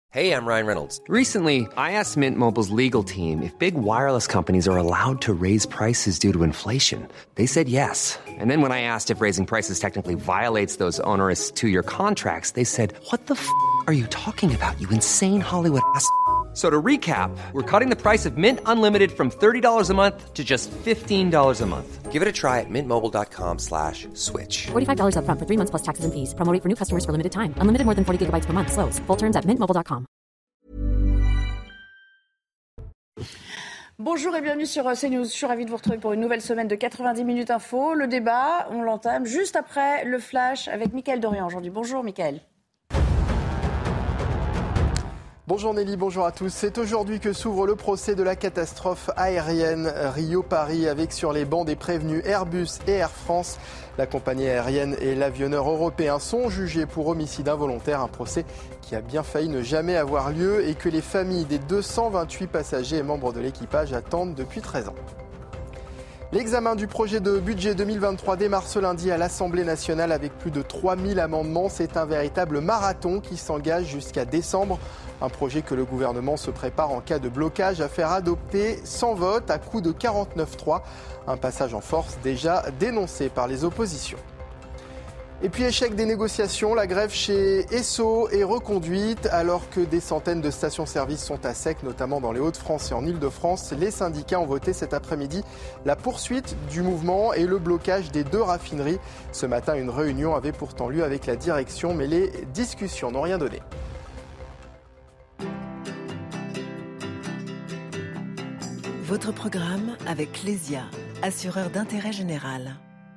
Hey, I'm Ryan Reynolds. Recently, I asked Mint Mobile's legal team if big wireless companies are allowed to raise prices due to inflation. They said yes. And then when I asked if raising prices technically violates those onerous two-year contracts, they said, "What the f*** are you talking about, you insane Hollywood ass?" So to recap, we're cutting the price of Mint Unlimited from $30 a month to just $15 a month. Give it a try at mintmobile.com/switch. $45 up front for 3 months plus taxes and fees. Promo rate for new customers for limited time. Unlimited more than 40 gigabytes per month. Slows full terms at mintmobile.com. Bonjour et bienvenue sur CNews. Je suis ravie de vous retrouver pour une nouvelle semaine de 90 minutes info. Le débat, on l'entame juste après le flash avec Mickaël Dorian aujourd'hui. Bonjour Mickaël. Bonjour Nelly, bonjour à tous. C'est aujourd'hui que s'ouvre le procès de la catastrophe aérienne Rio-Paris avec sur les bancs des prévenus Airbus et Air France. La compagnie aérienne et l'avionneur européen sont jugés pour homicide involontaire, un procès qui a bien failli ne jamais avoir lieu et que les familles des 228 passagers et membres de l'équipage attendent depuis 13 ans. L'examen du projet de budget 2023 démarre ce lundi à l'Assemblée nationale avec plus de 3000 amendements. C'est un véritable marathon qui s'engage jusqu'à décembre. Un projet que le gouvernement se prépare en cas de blocage à faire adopter sans vote à coup de 49-3. Un passage en force déjà dénoncé par les oppositions. Et puis échec des négociations, la grève chez Esso est reconduite alors que des centaines de stations-service sont à sec, notamment dans les Hauts-de-France et en Île-de-France. Les syndicats ont voté cet après-midi la poursuite du mouvement et le blocage des 2 raffineries. Ce matin, une réunion avait pourtant lieu avec la direction, mais les discussions n'ont rien donné. Votre programme avec Clésia, assureur d'intérêt général.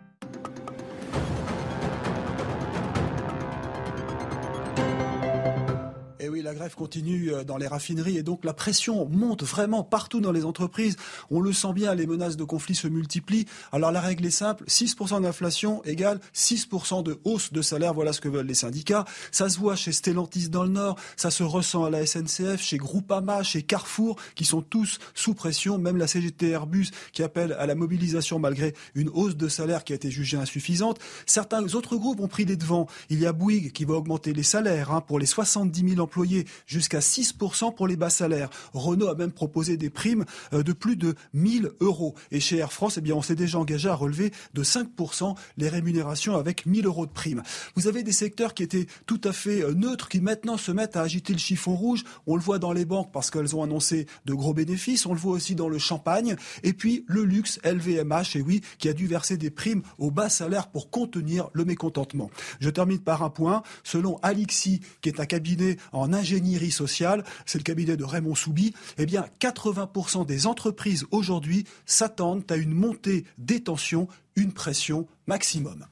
Et oui, la grève continue dans les raffineries et donc la pression monte vraiment partout dans les entreprises. On le sent bien, les menaces de conflit se multiplient. Alors la règle est simple, 6% d'inflation égale 6% de hausse de salaire. Voilà ce que veulent les syndicats. Ça se voit chez Stellantis dans le Nord, ça se ressent à la SNCF, chez Groupama, chez Carrefour, qui sont tous sous pression. Même la CGT Airbus qui appelle à la mobilisation malgré une hausse de salaire qui a été jugée insuffisante. Certains autres groupes ont pris des devants. Il y a Bouygues qui va augmenter les salaires pour les 70 000 employés, jusqu'à 6% pour les bas salaires. Renault a même proposé des primes de plus de 1 000 €. Et chez Air France, on s'est déjà engagé à relever de 5% les rémunérations avec 1 000 € de primes. Vous avez des secteurs qui étaient tout à fait neutres, qui maintenant se mettent à agiter le chiffon rouge. On le voit dans les banques parce qu'elles ont annoncé de gros bénéfices. On le voit aussi dans le champagne. Et puis le luxe, LVMH, et oui, qui a dû verser des primes aux bas salaires pour contenir le mécontentement. Je termine par un point. Selon Alixi, qui est un cabinet en ingénierie sociale, c'est le cabinet de Raymond Soubi, eh bien 80% des entreprises aujourd'hui s'attendent à une montée des tensions, une pression maximum.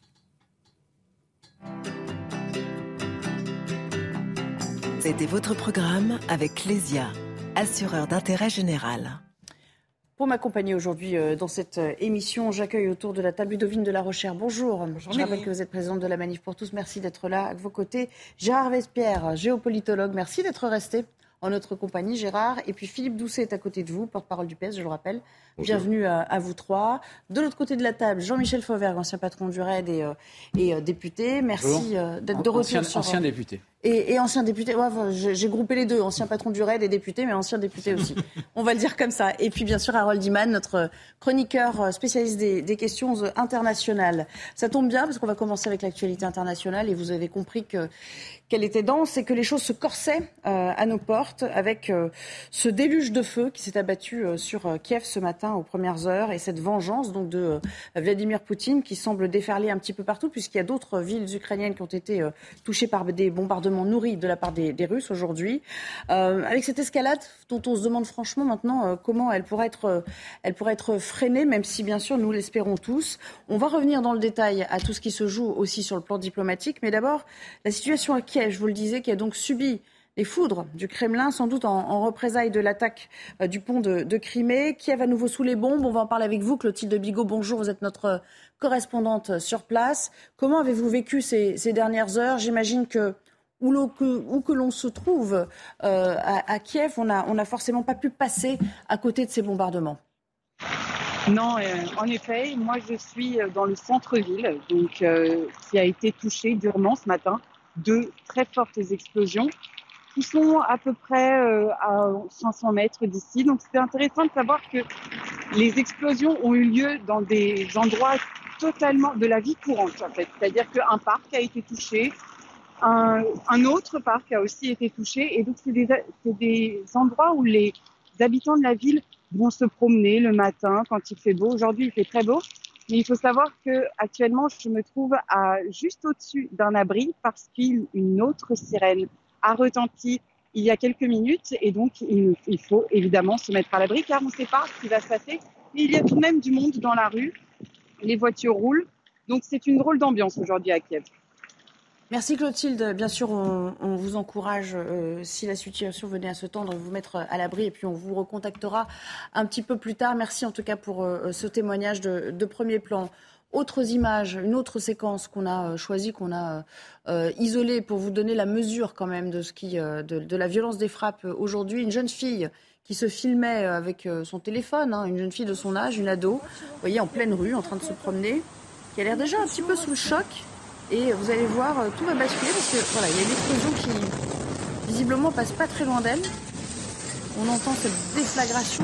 C'était votre programme avec Clésia, assureur d'intérêt général. Pour m'accompagner aujourd'hui dans cette émission, j'accueille autour de la table Ludovine de la Rochère. Bonjour. Je rappelle que vous êtes présidente de la Manif pour tous. Merci d'être là. À vos côtés, Gérard Vespierre, géopolitologue. Merci d'être resté en notre compagnie, Gérard. Et puis Philippe Doucet est à côté de vous, porte-parole du PS, je le rappelle. Bonjour. Bienvenue à vous trois. De l'autre côté de la table, Jean-Michel Fauvergue, ancien patron du RAID et député. Merci d'être de retour. Ancien député. Et ancien député, ouais, j'ai groupé les deux, ancien patron du RAID et député, mais ancien député aussi. On va le dire comme ça. Et puis bien sûr Harold Iman, notre chroniqueur spécialiste des questions internationales. Ça tombe bien parce qu'on va commencer avec l'actualité internationale et vous avez compris qu'elle était dense et que les choses se corsaient à nos portes avec ce déluge de feu qui s'est abattu sur Kiev ce matin aux premières heures et cette vengeance donc de Vladimir Poutine qui semble déferler un petit peu partout puisqu'il y a d'autres villes ukrainiennes qui ont été touchées par des bombardements nourris de la part des Russes aujourd'hui. Avec cette escalade dont on se demande franchement maintenant comment elle pourrait être freinée, même si bien sûr nous l'espérons tous. On va revenir dans le détail à tout ce qui se joue aussi sur le plan diplomatique. Mais d'abord, la situation à Kiev, je vous le disais, qui a donc subi les foudres du Kremlin, sans doute en représailles de l'attaque du pont de Crimée. Kiev à nouveau sous les bombes. On va en parler avec vous, Clotilde Bigot. Bonjour, vous êtes notre correspondante sur place. Comment avez-vous vécu ces dernières heures ? J'imagine que où que l'on se trouve à Kiev, on n'a forcément pas pu passer à côté de ces bombardements. Non, en effet, moi je suis dans le centre-ville, donc qui a été touché durement ce matin. 2 très fortes explosions qui sont à peu près à 500 mètres d'ici. Donc c'est intéressant de savoir que les explosions ont eu lieu dans des endroits totalement de la vie courante en fait. C'est-à-dire qu'un parc a été touché, un autre parc a aussi été touché, et donc c'est des endroits où les habitants de la ville vont se promener le matin quand il fait beau. Aujourd'hui il fait très beau, mais il faut savoir que actuellement je me trouve juste au-dessus d'un abri parce qu'une autre sirène a retenti il y a quelques minutes, et donc il faut évidemment se mettre à l'abri car on ne sait pas ce qui va se passer. Et il y a tout de même du monde dans la rue, les voitures roulent, donc c'est une drôle d'ambiance aujourd'hui à Kiev. Merci Clotilde. Bien sûr, on vous encourage, si la situation venait à se tendre, vous mettre à l'abri, et puis on vous recontactera un petit peu plus tard. Merci en tout cas pour ce témoignage de premier plan. Autres images, une autre séquence qu'on a choisie, qu'on a isolée pour vous donner la mesure quand même de la violence des frappes aujourd'hui. Une jeune fille qui se filmait avec son téléphone, une jeune fille de son âge, une ado, vous voyez, en pleine rue, en train de se promener, qui a l'air déjà un petit peu sous le choc. Et vous allez voir, tout va basculer parce que voilà, il y a une explosion qui visiblement passe pas très loin d'elle. On entend cette déflagration,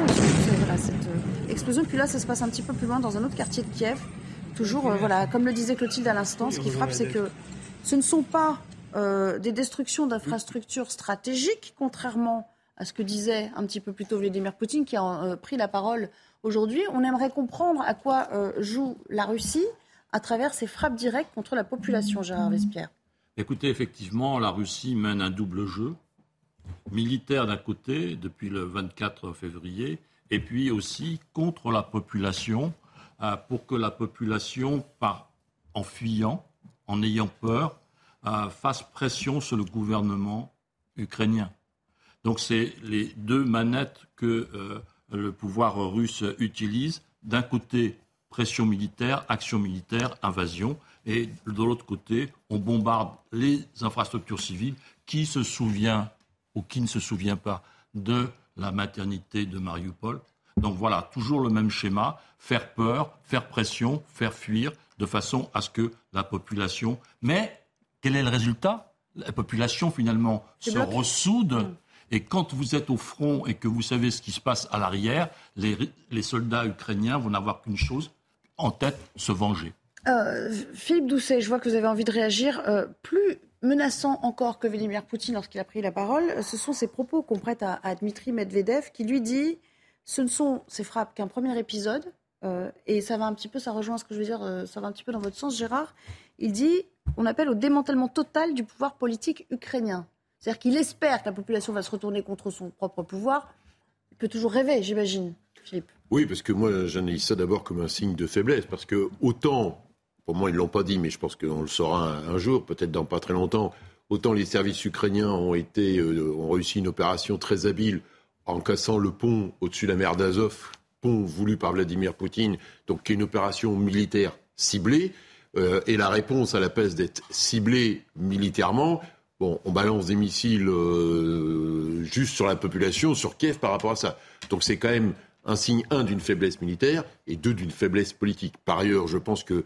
cette explosion. Puis là, ça se passe un petit peu plus loin dans un autre quartier de Kiev. Toujours, comme le disait Clotilde à l'instant, ce qui frappe, c'est que ce ne sont pas des destructions d'infrastructures stratégiques, contrairement à ce que disait un petit peu plus tôt Vladimir Poutine, qui a pris la parole aujourd'hui. On aimerait comprendre à quoi joue la Russie à travers ces frappes directes contre la population, Gérard Vespierre. Écoutez, effectivement, la Russie mène un double jeu, militaire d'un côté, depuis le 24 février, et puis aussi contre la population, pour que la population, en fuyant, en ayant peur, fasse pression sur le gouvernement ukrainien. Donc c'est les deux manettes que le pouvoir russe utilise. D'un côté, pression militaire, action militaire, invasion. Et de l'autre côté, on bombarde les infrastructures civiles. Qui se souvient ou qui ne se souvient pas de la maternité de Mariupol ? Donc voilà, toujours le même schéma, faire peur, faire pression, faire fuir, de façon à ce que la population... Mais quel est le résultat ? La population, finalement, se ressoude. Et quand vous êtes au front et que vous savez ce qui se passe à l'arrière, les soldats ukrainiens vont n'avoir qu'une chose en tête, se venger. Philippe Doucet, je vois que vous avez envie de réagir. Plus menaçant encore que Vladimir Poutine lorsqu'il a pris la parole, ce sont ses propos qu'on prête à Dmitri Medvedev, qui lui dit... Ce ne sont ces frappes qu'un premier épisode, et ça rejoint ce que je veux dire, ça va un petit peu dans votre sens, Gérard. Il dit, on appelle au démantèlement total du pouvoir politique ukrainien. C'est-à-dire qu'il espère que la population va se retourner contre son propre pouvoir. Il peut toujours rêver, j'imagine, Philippe. Oui, parce que moi, j'analyse ça d'abord comme un signe de faiblesse, parce que autant, pour moi, ils ne l'ont pas dit, mais je pense qu'on le saura un jour, peut-être dans pas très longtemps, autant les services ukrainiens ont réussi une opération très habile en cassant le pont au-dessus de la mer d'Azov, pont voulu par Vladimir Poutine, donc qui est une opération militaire ciblée, et la réponse à la peste d'être ciblée militairement, on balance des missiles juste sur la population, sur Kiev par rapport à ça. Donc c'est quand même un signe, d'une faiblesse militaire, et d'une faiblesse politique. Par ailleurs, je pense que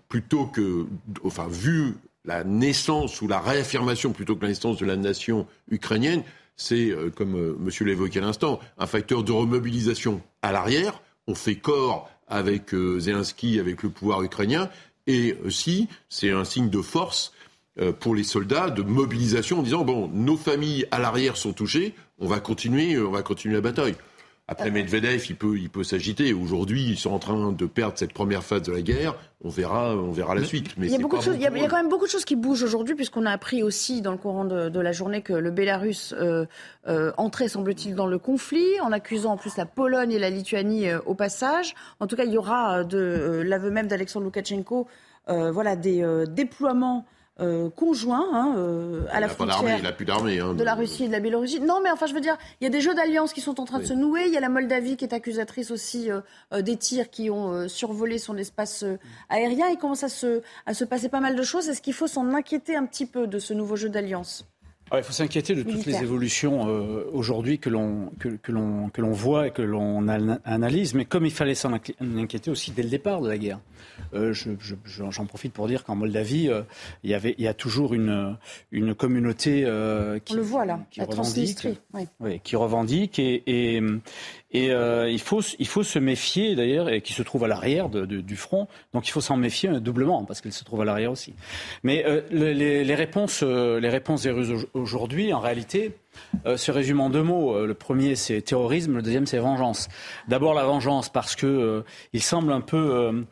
vu la naissance ou la réaffirmation plutôt que la naissance de la nation ukrainienne, c'est, comme monsieur l'évoquait à l'instant, un facteur de remobilisation à l'arrière. On fait corps avec Zelensky, avec le pouvoir ukrainien, et aussi c'est un signe de force pour les soldats, de mobilisation en disant nos familles à l'arrière sont touchées, on va continuer la bataille. Après Medvedev, il peut s'agiter. Aujourd'hui, ils sont en train de perdre cette première phase de la guerre. On verra la suite. Mais il y a quand même beaucoup de choses qui bougent aujourd'hui, puisqu'on a appris aussi dans le courant de la journée que le Bélarus entrait, semble-t-il, dans le conflit, en accusant en plus la Pologne et la Lituanie au passage. En tout cas, il y aura, de l'aveu même d'Alexandre Loukachenko, des déploiements conjoint à la frontière de la Russie et de la Biélorussie. Non, mais enfin, je veux dire, il y a des jeux d'alliance qui sont en train de se nouer. Il y a la Moldavie qui est accusatrice aussi des tirs qui ont survolé son espace aérien. Il commence à se passer pas mal de choses. Est-ce qu'il faut s'en inquiéter un petit peu de ce nouveau jeu d'alliance ? Il faut s'inquiéter de toutes les évolutions aujourd'hui que l'on voit et que l'on analyse, mais comme il fallait s'en inquiéter aussi dès le départ de la guerre. J'en profite pour dire qu'en Moldavie, il y a toujours une communauté qui, on le voit là, qui la Transnistrie, qui revendique et il faut se méfier d'ailleurs, et qui se trouve à l'arrière du front. Donc il faut s'en méfier doublement parce qu'elle se trouve à l'arrière aussi. Mais les réponses des Russes aujourd'hui, en réalité, se résument en 2 mots. Le premier, c'est terrorisme. Le deuxième, c'est vengeance. D'abord la vengeance parce que il semble un peu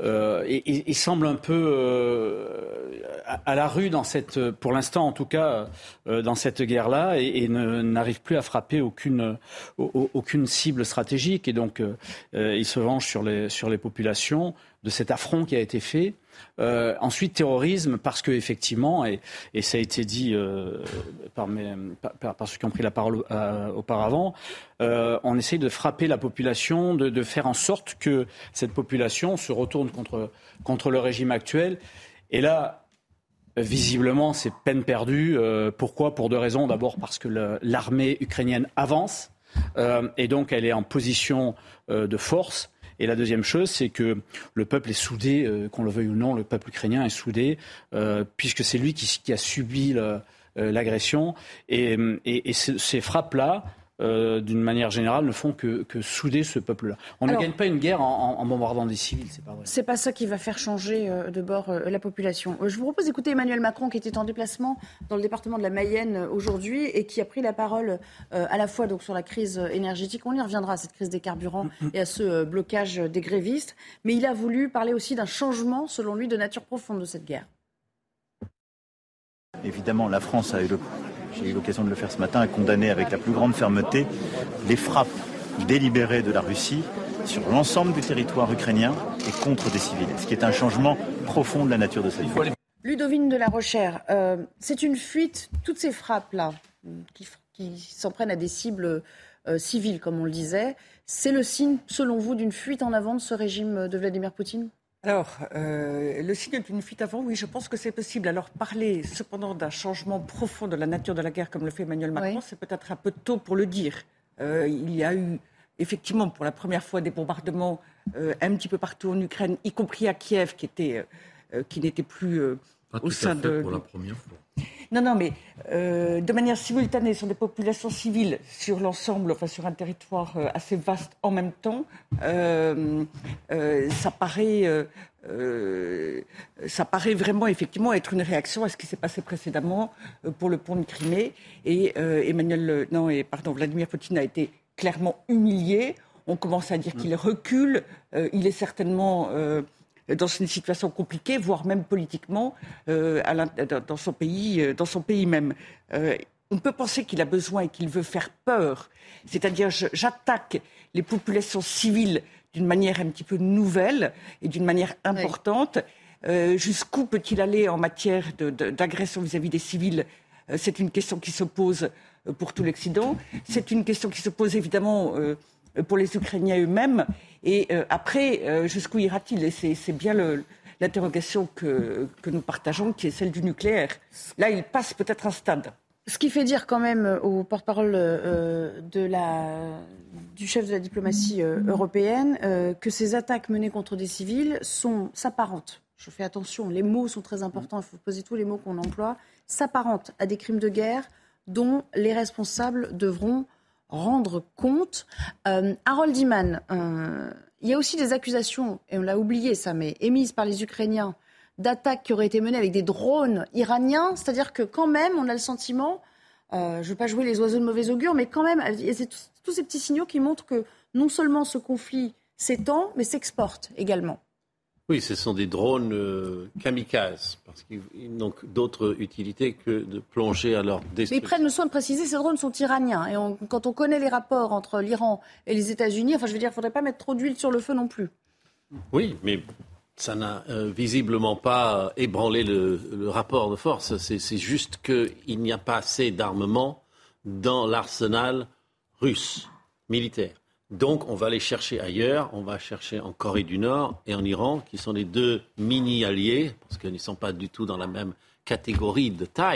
à la rue pour l'instant en tout cas, dans cette guerre-là, et n'arrive plus à frapper aucune cible stratégique. Et donc, il se venge sur les populations de cet affront qui a été fait. Ensuite, terrorisme, parce que effectivement, et ça a été dit par ceux qui ont pris la parole auparavant, on essaye de frapper la population, de faire en sorte que cette population se retourne contre le régime actuel. Et là, visiblement, c'est peine perdue. Pourquoi ? Pour 2 raisons. D'abord, parce que l'armée ukrainienne avance, et donc elle est en position de force. Et la deuxième chose, c'est que le peuple est soudé, qu'on le veuille ou non, le peuple ukrainien est soudé, puisque c'est lui qui a subi l'agression. Et ces frappes-là, d'une manière générale, ne font que souder ce peuple-là. On ne gagne pas une guerre en bombardant des civils, c'est pas vrai. C'est pas ça qui va faire changer de bord la population. Je vous propose d'écouter Emmanuel Macron, qui était en déplacement dans le département de la Mayenne aujourd'hui et qui a pris la parole à la fois donc sur la crise énergétique, on y reviendra à cette crise des carburants et à ce blocage des grévistes, mais il a voulu parler aussi d'un changement, selon lui, de nature profonde de cette guerre. Évidemment, la France j'ai eu l'occasion de le faire ce matin, a condamné avec la plus grande fermeté les frappes délibérées de la Russie sur l'ensemble du territoire ukrainien et contre des civils, ce qui est un changement profond de la nature de cette guerre. Ludovine de la Rochère, c'est une fuite, toutes ces frappes-là, qui s'en prennent à des cibles civiles, comme on le disait, c'est le signe, selon vous, d'une fuite en avant de ce régime de Vladimir Poutine ? Alors, le signe d'une fuite avant, oui, je pense que c'est possible. Alors, parler cependant d'un changement profond de la nature de la guerre, comme le fait Emmanuel Macron, c'est peut-être un peu tôt pour le dire. Il y a eu, effectivement, pour la première fois, des bombardements un petit peu partout en Ukraine, y compris à Kiev, qui n'était plus au sein de... Pour la première fois. Non, mais de manière simultanée sur des populations civiles, sur l'ensemble, enfin sur un territoire assez vaste en même temps, ça paraît vraiment effectivement être une réaction à ce qui s'est passé précédemment pour le pont de Crimée. Et Vladimir Poutine a été clairement humilié. On commence à dire qu'il recule. Il est certainement... dans une situation compliquée, voire même politiquement, dans son pays même. On peut penser qu'il a besoin et qu'il veut faire peur, c'est-à-dire j'attaque les populations civiles d'une manière un petit peu nouvelle et d'une manière importante. Jusqu'où peut-il aller en matière d'agression vis-à-vis des civils ? C'est une question qui se pose pour tout l'Occident. C'est une question qui se pose évidemment pour les Ukrainiens eux-mêmes. Et après, jusqu'où ira-t-il ? Et c'est bien l'interrogation que nous partageons, qui est celle du nucléaire. Là, il passe peut-être un stade. Ce qui fait dire quand même au porte-parole du chef de la diplomatie européenne que ces attaques menées contre des civils s'apparentent. Je fais attention, les mots sont très importants, il faut poser tous les mots qu'on emploie, s'apparentent à des crimes de guerre dont les responsables devront rendre compte. Harold Iman, il y a aussi des accusations, et on l'a oublié ça, mais émises par les Ukrainiens, d'attaques qui auraient été menées avec des drones iraniens. C'est-à-dire que quand même, on a le sentiment, je ne veux pas jouer les oiseaux de mauvais augure, mais quand même, il y a tous ces petits signaux qui montrent que non seulement ce conflit s'étend, mais s'exporte également. Oui, ce sont des drones kamikazes, parce qu'ils n'ont d'autre utilité que de plonger à leur destruction. Mais ils prennent le soin de préciser que ces drones sont iraniens. Et quand on connaît les rapports entre l'Iran et les États-Unis, il ne faudrait pas mettre trop d'huile sur le feu non plus. Oui, mais ça n'a visiblement pas ébranlé le rapport de force. C'est juste qu'il n'y a pas assez d'armement dans l'arsenal russe militaire. Donc, on va les chercher ailleurs. On va chercher en Corée du Nord et en Iran, qui sont les deux mini-alliés, parce qu'ils ne sont pas du tout dans la même catégorie de taille.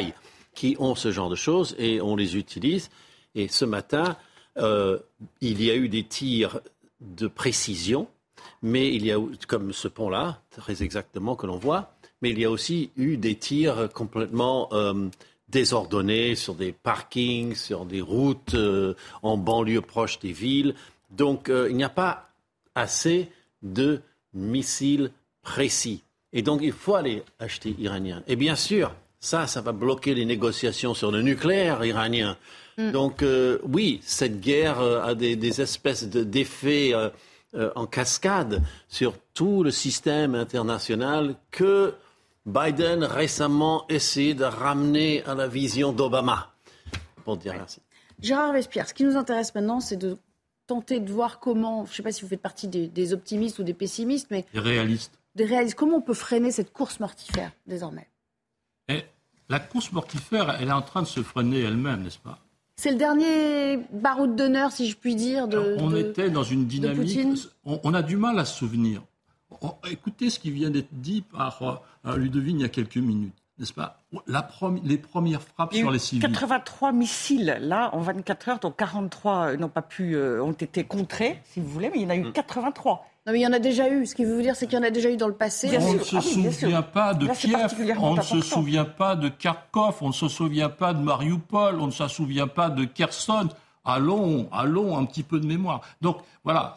qui ont ce genre de choses et on les utilise. Et ce matin, il y a eu des tirs de précision, mais il y a, comme ce pont-là, très exactement, que l'on voit, mais il y a aussi eu des tirs complètement désordonnés sur des parkings, sur des routes en banlieue proche des villes. Donc, il n'y a pas assez de missiles précis. Et donc, il faut aller acheter iranien. Et bien sûr, ça va bloquer les négociations sur le nucléaire iranien. Donc, oui, cette guerre a des espèces d'effets en cascade sur tout le système international que Biden récemment essayé de ramener à la vision d'Obama, pour dire ainsi. Gérard Vespierre, ce qui nous intéresse maintenant, c'est de tenter de voir comment, je ne sais pas si vous faites partie des optimistes ou des pessimistes, mais Des réalistes. Comment on peut freiner cette course mortifère désormais? Et la course mortifère, elle est en train de se freiner elle-même, n'est-ce pas? C'est le dernier baroud d'honneur, si je puis dire, on était dans une dynamique, on a du mal à se souvenir. Écoutez ce qui vient d'être dit par Ludovine il y a quelques minutes, n'est-ce pas? Les premières frappes sur les civils. 83 missiles, là, en 24 heures, dont 43 ont été contrés, si vous voulez, mais il y en a eu 83. Non, mais il y en a déjà eu. Ce qui veut dire, c'est qu'il y en a déjà eu dans le passé. On ne se souvient pas de Kiev, on ne se souvient pas de Kharkov, on ne se souvient pas de Mariupol, on ne se souvient pas de Kherson. Allons, un petit peu de mémoire. Donc, voilà,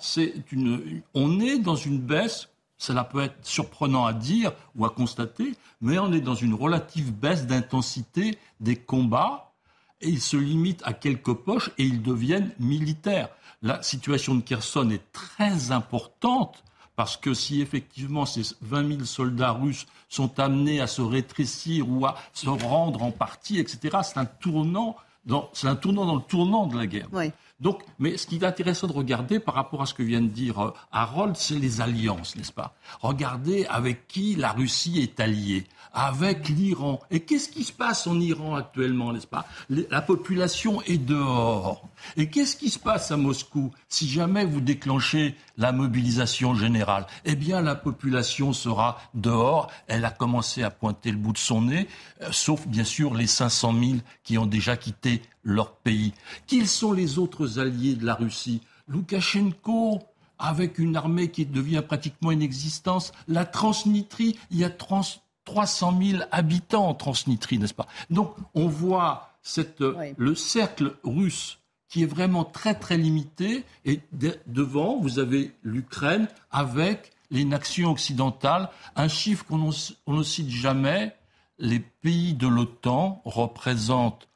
on est dans une baisse. Cela peut être surprenant à dire ou à constater, mais on est dans une relative baisse d'intensité des combats et ils se limitent à quelques poches et ils deviennent militaires. La situation de Kherson est très importante parce que si effectivement ces 20 000 soldats russes sont amenés à se rétrécir ou à se rendre en partie, etc., c'est un tournant dans le tournant de la guerre. Oui. Donc, mais ce qui est intéressant de regarder par rapport à ce que vient de dire Harold, c'est les alliances, n'est-ce pas? Regardez avec qui la Russie est alliée, avec l'Iran. Et qu'est-ce qui se passe en Iran actuellement, n'est-ce pas? La population est dehors. Et qu'est-ce qui se passe à Moscou? Si jamais vous déclenchez la mobilisation générale, eh bien la population sera dehors. Elle a commencé à pointer le bout de son nez, sauf bien sûr les 500 000 qui ont déjà quitté leur pays. Quels sont les autres alliés de la Russie? Loukachenko, avec une armée qui devient pratiquement inexistante. La Transnistrie, il y a 300 000 habitants en Transnistrie, n'est-ce pas? Donc, on voit le cercle russe qui est vraiment très, très limité. Et devant, vous avez l'Ukraine avec les nations occidentales. Un chiffre qu'on ne cite jamais, les pays de l'OTAN représentent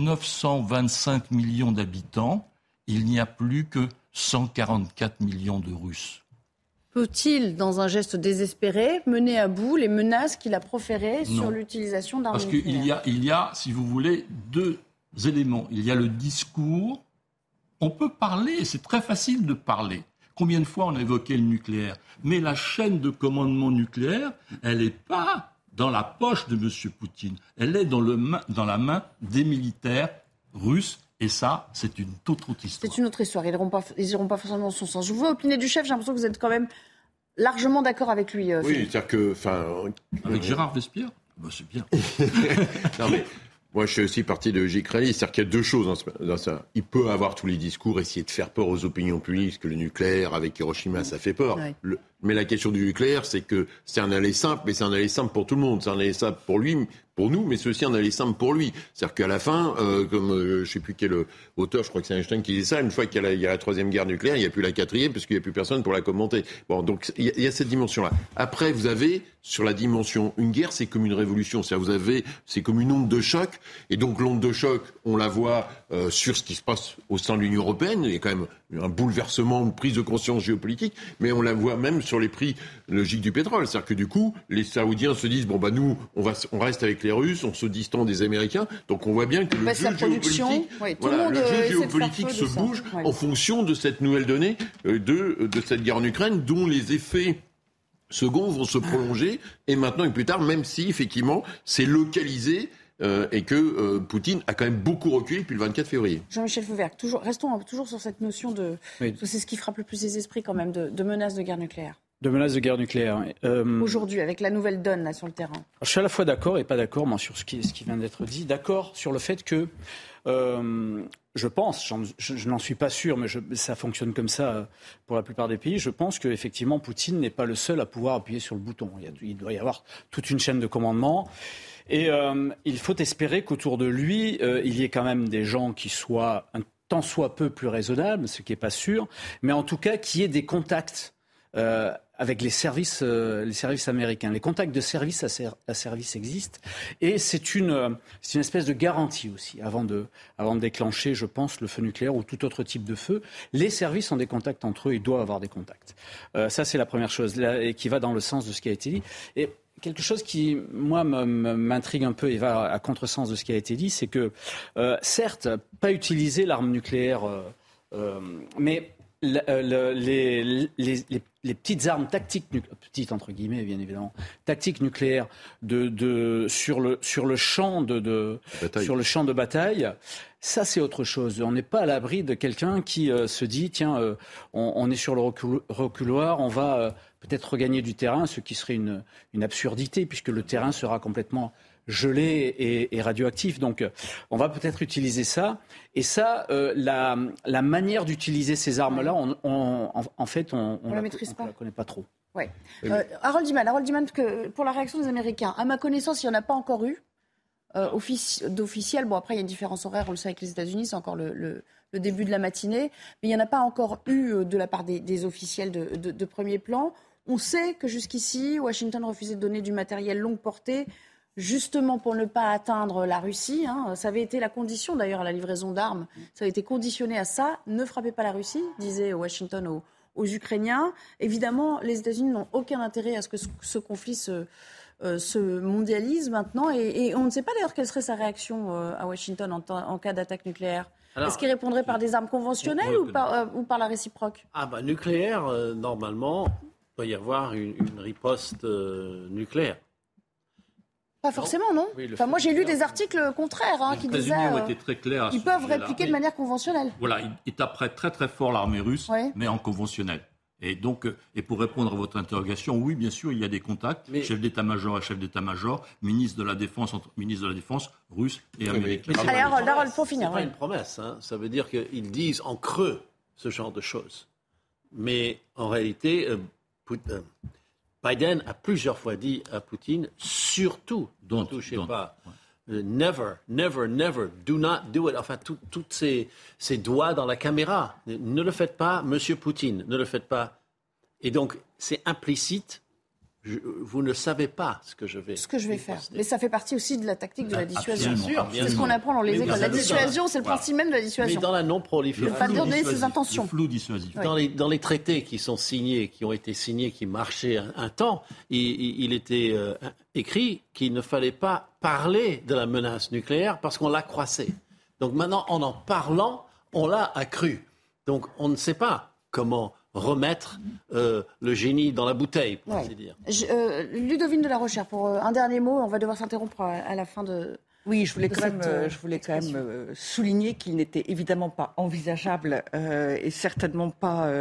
925 millions d'habitants, il n'y a plus que 144 millions de Russes. Peut-il, dans un geste désespéré, mener à bout les menaces qu'il a proférées sur l'utilisation d'armes nucléaires? Parce qu'il y a, si vous voulez, deux éléments. Il y a le discours. On peut parler, c'est très facile de parler. Combien de fois on a évoqué le nucléaire? Mais la chaîne de commandement nucléaire, elle n'est pas dans la poche de M. Poutine. Elle est dans la main des militaires russes. Et ça, c'est une toute autre histoire. C'est une autre histoire. Ils n'iront pas forcément dans son sens. Je vous vois opiner du chef. J'ai l'impression que vous êtes quand même largement d'accord avec lui. Oui, c'est-à-dire que... Avec Gérard Vespierre, c'est bien. Non, mais moi, je suis aussi parti de J. Crelly. C'est-à-dire qu'il y a deux choses dans ça. Il peut avoir tous les discours, essayer de faire peur aux opinions publiques, parce que le nucléaire, avec Hiroshima, ça fait peur. Oui. Mais la question du nucléaire, c'est que c'est un aller simple, mais c'est un aller simple pour tout le monde. C'est un aller simple pour lui, pour nous, mais c'est aussi un aller simple pour lui. C'est-à-dire qu'à la fin, comme je ne sais plus quel auteur, je crois que c'est Einstein qui dit ça, une fois qu'il y a la troisième guerre nucléaire, il n'y a plus la quatrième, parce qu'il n'y a plus personne pour la commenter. Bon, donc il y a cette dimension-là. Après, vous avez, sur la dimension, une guerre, c'est comme une révolution. C'est-à-dire, c'est comme une onde de choc. Et donc l'onde de choc, on la voit sur ce qui se passe au sein de l'Union européenne. Il y a quand même un bouleversement, une prise de conscience géopolitique, mais on la voit même sur les prix logiques du pétrole. C'est-à-dire que du coup, les Saoudiens se disent, nous, on reste avec les Russes, on se distend des Américains. Donc on voit bien que le jeu géopolitique se bouge en fonction de cette nouvelle donnée de cette guerre en Ukraine, dont les effets seconds vont se prolonger, et maintenant et plus tard, même si effectivement c'est localisé, et que Poutine a quand même beaucoup reculé depuis le 24 février. Jean-Michel Fauvergue, restons toujours sur cette notion de... Oui. C'est ce qui frappe le plus les esprits quand même, de menace de guerre nucléaire. De menaces de guerre nucléaire. Aujourd'hui, avec la nouvelle donne là, sur le terrain. Je suis à la fois d'accord et pas d'accord moi, sur ce qui vient d'être dit. D'accord sur le fait que, je pense, je n'en suis pas sûr, mais ça fonctionne comme ça pour la plupart des pays, je pense qu'effectivement Poutine n'est pas le seul à pouvoir appuyer sur le bouton. Il doit y avoir toute une chaîne de commandement. Et il faut espérer qu'autour de lui, il y ait quand même des gens qui soient un tant soit peu plus raisonnables, ce qui n'est pas sûr, mais en tout cas qu'il y ait des contacts avec les services américains. Les contacts de service à service existent et c'est une espèce de garantie aussi avant de déclencher, je pense, le feu nucléaire ou tout autre type de feu. Les services ont des contacts entre eux, ils doivent avoir des contacts. Ça, c'est la première chose et qui va dans le sens de ce qui a été dit. Et quelque chose qui, moi, m'intrigue un peu et va à contresens de ce qui a été dit, c'est que, certes, pas utiliser l'arme nucléaire, mais les petites armes tactiques, petites entre guillemets bien évidemment, tactiques nucléaires sur le champ de bataille, ça c'est autre chose. On n'est pas à l'abri de quelqu'un qui se dit tiens, on est sur le reculoir, on va peut-être regagner du terrain, ce qui serait une absurdité puisque le terrain sera complètement gelé et radioactif. Donc, on va peut-être utiliser ça. Et ça, la manière d'utiliser ces armes-là, en fait, on la maîtrise pas. On la connaît pas trop. Ouais. Harold Iman, que pour la réaction des Américains, à ma connaissance, il n'y en a pas encore eu d'officiel. Bon, après, il y a une différence horaire, on le sait avec les États-Unis, c'est encore le début de la matinée. Mais il n'y en a pas encore eu de la part des officiels de premier plan. On sait que jusqu'ici, Washington refusait de donner du matériel longue portée, justement pour ne pas atteindre la Russie. Ça avait été la condition d'ailleurs à la livraison d'armes. Ça avait été conditionné à ça. Ne frappez pas la Russie, disait Washington aux Ukrainiens. Évidemment, les États-Unis n'ont aucun intérêt à ce que ce conflit se mondialise maintenant. Et on ne sait pas d'ailleurs quelle serait sa réaction à Washington en cas d'attaque nucléaire. Alors, est-ce qu'il répondrait par des armes conventionnelles ou par la réciproque ? Nucléaire, normalement, il doit y avoir une riposte nucléaire. Pas forcément, non. Oui, moi, j'ai lu des articles contraires qui disaient qu'ils peuvent répliquer de manière conventionnelle. Voilà, ils taperaient très très fort l'armée russe, mais en conventionnel. Et donc, pour répondre à votre interrogation, oui, bien sûr, il y a des contacts, chef d'état-major et chef d'état-major, ministre de la Défense russe et américain. Allez, Harold, pour finir. C'est pas une promesse, ça veut dire qu'ils disent en creux ce genre de choses. Mais en réalité, Biden a plusieurs fois dit à Poutine, surtout, ne touchez pas. Never, never, never, do not do it. Enfin, toutes ces doigts dans la caméra. Ne le faites pas, monsieur Poutine, ne le faites pas. Et donc, c'est implicite. Vous ne savez pas ce que je vais faire. Mais ça fait partie aussi de la tactique de la dissuasion. Bien sûr. C'est ce qu'on apprend dans les écoles. La dissuasion, c'est le principe même de la dissuasion. Mais dans la non-prolifération. Ne pas donner ses intentions. Le flou dissuasif. Dans les traités qui ont été signés, qui marchaient un temps, il était écrit qu'il ne fallait pas parler de la menace nucléaire parce qu'on l'accroissait. Donc maintenant, en parlant, on l'a accru. Donc on ne sait pas comment remettre le génie dans la bouteille, pour ainsi dire. Ludovine de la Rochère, pour un dernier mot, on va devoir s'interrompre à la fin de... Oui, je voulais quand même souligner qu'il n'était évidemment pas envisageable et certainement pas...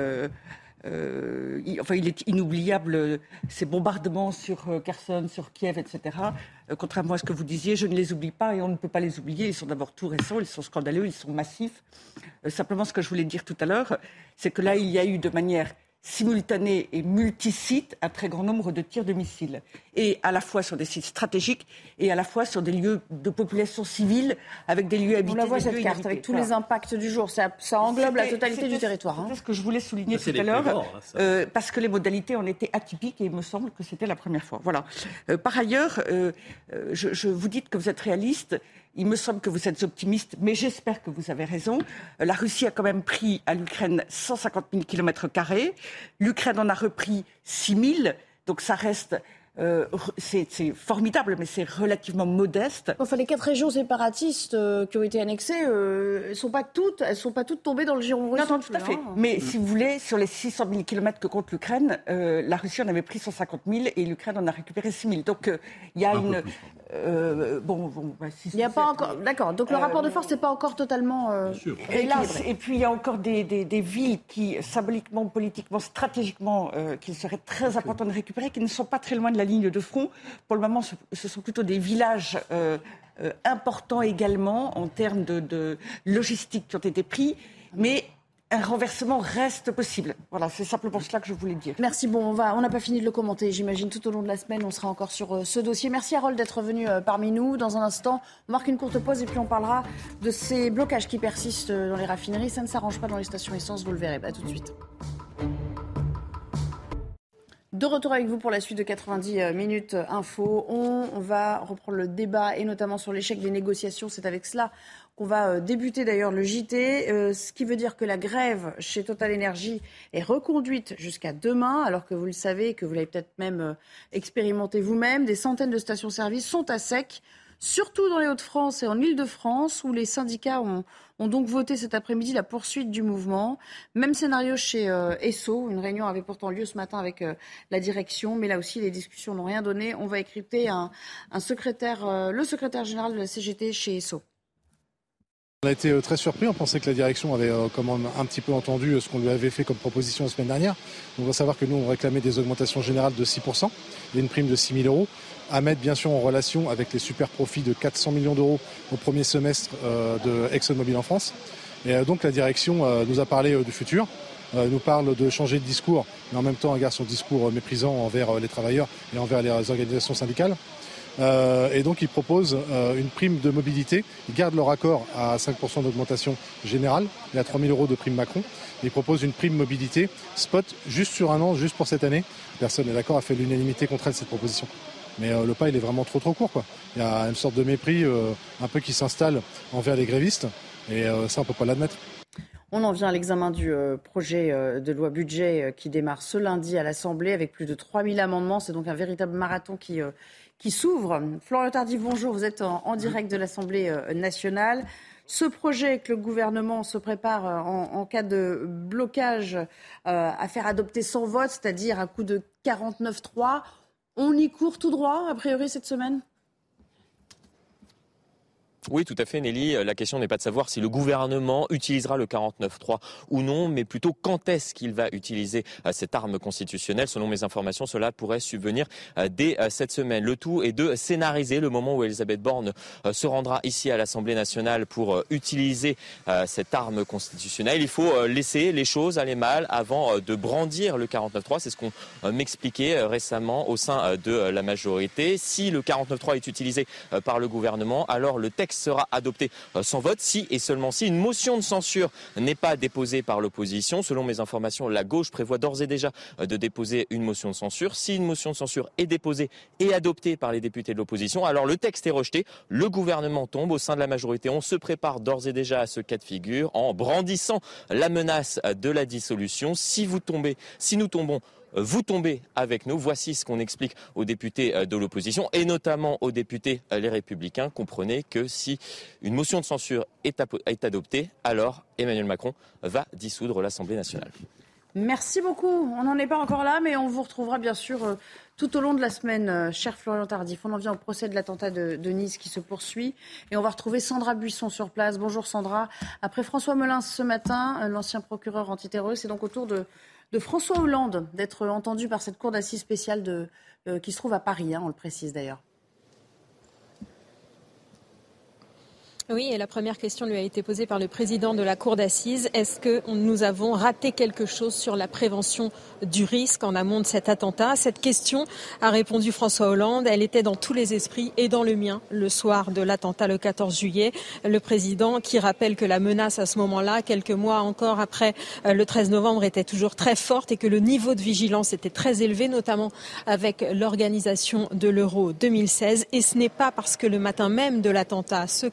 il est inoubliable ces bombardements sur Kherson, sur Kiev, etc. Contrairement à ce que vous disiez, je ne les oublie pas et on ne peut pas les oublier. Ils sont d'abord tout récents, ils sont scandaleux, ils sont massifs. Simplement, ce que je voulais dire tout à l'heure, c'est que là, il y a eu de manière simultanée et multisite un très grand nombre de tirs de missiles. Et à la fois sur des sites stratégiques et à la fois sur des lieux de population civile avec des lieux habités. On la voit cette carte avec tous les impacts du jour. Ça englobe la totalité du territoire. C'est ce que je voulais souligner tout à l'heure parce que les modalités ont été atypiques et il me semble que c'était la première fois. Voilà. Par ailleurs, je vous dites que vous êtes réaliste. Il me semble que vous êtes optimiste, mais j'espère que vous avez raison. La Russie a quand même pris à l'Ukraine 150 000 km². L'Ukraine en a repris 6 000. Donc ça reste c'est formidable, mais c'est relativement modeste. Enfin, les 4 régions séparatistes qui ont été annexées, elles sont pas toutes tombées dans le giron russe. Non, tout à fait. Mais si vous voulez, sur les 600 000 kilomètres que compte l'Ukraine, la Russie en avait pris 150 000 et l'Ukraine en a récupéré 6 000. Donc il y a une... il n'y a pas encore... D'accord, donc le rapport de force n'est pas encore totalement hélas. Et puis il y a encore des villes qui, symboliquement, politiquement, stratégiquement, qu'il serait très important de récupérer, qui ne sont pas très loin de la ligne de front. Pour le moment, ce sont plutôt des villages importants également en termes de logistique qui ont été pris, mais un renversement reste possible. Voilà, c'est simplement cela que je voulais dire. Merci. Bon, on n'a pas fini de le commenter. J'imagine tout au long de la semaine, on sera encore sur ce dossier. Merci Harold d'être venu parmi nous. Dans un instant, on marque une courte pause et puis on parlera de ces blocages qui persistent dans les raffineries. Ça ne s'arrange pas dans les stations essence, vous le verrez. À tout de suite. De retour avec vous pour la suite de 90 minutes info. On va reprendre le débat et notamment sur l'échec des négociations. C'est avec cela qu'on va débuter d'ailleurs le JT, ce qui veut dire que la grève chez Total Energy est reconduite jusqu'à demain, alors que vous le savez, que vous l'avez peut-être même expérimenté vous-même. Des centaines de stations-service sont à sec, surtout dans les Hauts-de-France et en Île-de-France, où les syndicats ont donc voté cet après-midi la poursuite du mouvement. Même scénario chez Esso. Une réunion avait pourtant lieu ce matin avec la direction, mais là aussi les discussions n'ont rien donné. On va écouter le secrétaire général de la CGT chez Esso. On a été très surpris, on pensait que la direction avait quand même un petit peu entendu ce qu'on lui avait fait comme proposition la semaine dernière. On va savoir que nous, on réclamait des augmentations générales de 6% et une prime de 6 000 euros, à mettre bien sûr en relation avec les super profits de 400 millions d'euros au premier semestre de ExxonMobil en France. Et donc la direction nous a parlé du futur, nous parle de changer de discours, mais en même temps garde son discours méprisant envers les travailleurs et envers les organisations syndicales. Et donc ils proposent une prime de mobilité. Ils gardent leur accord à 5% d'augmentation générale et à 3 000 euros de prime Macron. Ils proposent une prime mobilité spot juste sur un an, juste pour cette année. Personne n'est d'accord, a fait l'unanimité contre elle cette proposition. Mais le pas il est vraiment trop court, quoi. Il y a une sorte de mépris un peu qui s'installe envers les grévistes et ça on peut pas l'admettre. On en vient à l'examen du projet de loi budget qui démarre ce lundi à l'Assemblée avec plus de 3000 amendements. C'est donc un véritable marathon qui s'ouvre. Florian Tardif, bonjour. Vous êtes en direct de l'Assemblée nationale. Ce projet que le gouvernement se prépare en cas de blocage à faire adopter sans vote, c'est-à-dire à coup de 49-3, on y court tout droit, a priori, cette semaine ? Oui, tout à fait, Nelly. La question n'est pas de savoir si le gouvernement utilisera le 49.3 ou non, mais plutôt quand est-ce qu'il va utiliser cette arme constitutionnelle. Selon mes informations, cela pourrait subvenir dès cette semaine. Le tout est de scénariser le moment où Elisabeth Borne se rendra ici à l'Assemblée nationale pour utiliser cette arme constitutionnelle. Il faut laisser les choses aller mal avant de brandir le 49.3. C'est ce qu'on m'expliquait récemment au sein de la majorité. Si le 49.3 est utilisé par le gouvernement, alors le texte sera adopté sans vote si et seulement si une motion de censure n'est pas déposée par l'opposition. Selon mes informations, la gauche prévoit d'ores et déjà de déposer une motion de censure. Si une motion de censure est déposée et adoptée par les députés de l'opposition, alors le texte est rejeté, le gouvernement tombe. Au sein de la majorité, on se prépare d'ores et déjà à ce cas de figure en brandissant la menace de la dissolution. Si nous tombons, vous tombez avec nous. Voici ce qu'on explique aux députés de l'opposition et notamment aux députés Les Républicains. Comprenez que si une motion de censure est adoptée, alors Emmanuel Macron va dissoudre l'Assemblée nationale. Merci beaucoup. On n'en est pas encore là, mais on vous retrouvera bien sûr tout au long de la semaine, cher Florian Tardif. On en vient au procès de l'attentat de Nice qui se poursuit. Et on va retrouver Sandra Buisson sur place. Bonjour Sandra. Après François Molins ce matin, l'ancien procureur antiterroriste, c'est donc au tour de François Hollande d'être entendu par cette cour d'assises spéciale qui se trouve à Paris, on le précise d'ailleurs. Oui, et la première question lui a été posée par le président de la cour d'assises. Est-ce que nous avons raté quelque chose sur la prévention du risque en amont de cet attentat ? Cette question a répondu François Hollande. Elle était dans tous les esprits et dans le mien le soir de l'attentat le 14 juillet. Le président qui rappelle que la menace à ce moment-là, quelques mois encore après le 13 novembre, était toujours très forte et que le niveau de vigilance était très élevé, notamment avec l'organisation de l'Euro 2016. Et ce n'est pas parce que le matin même de l'attentat, ce 14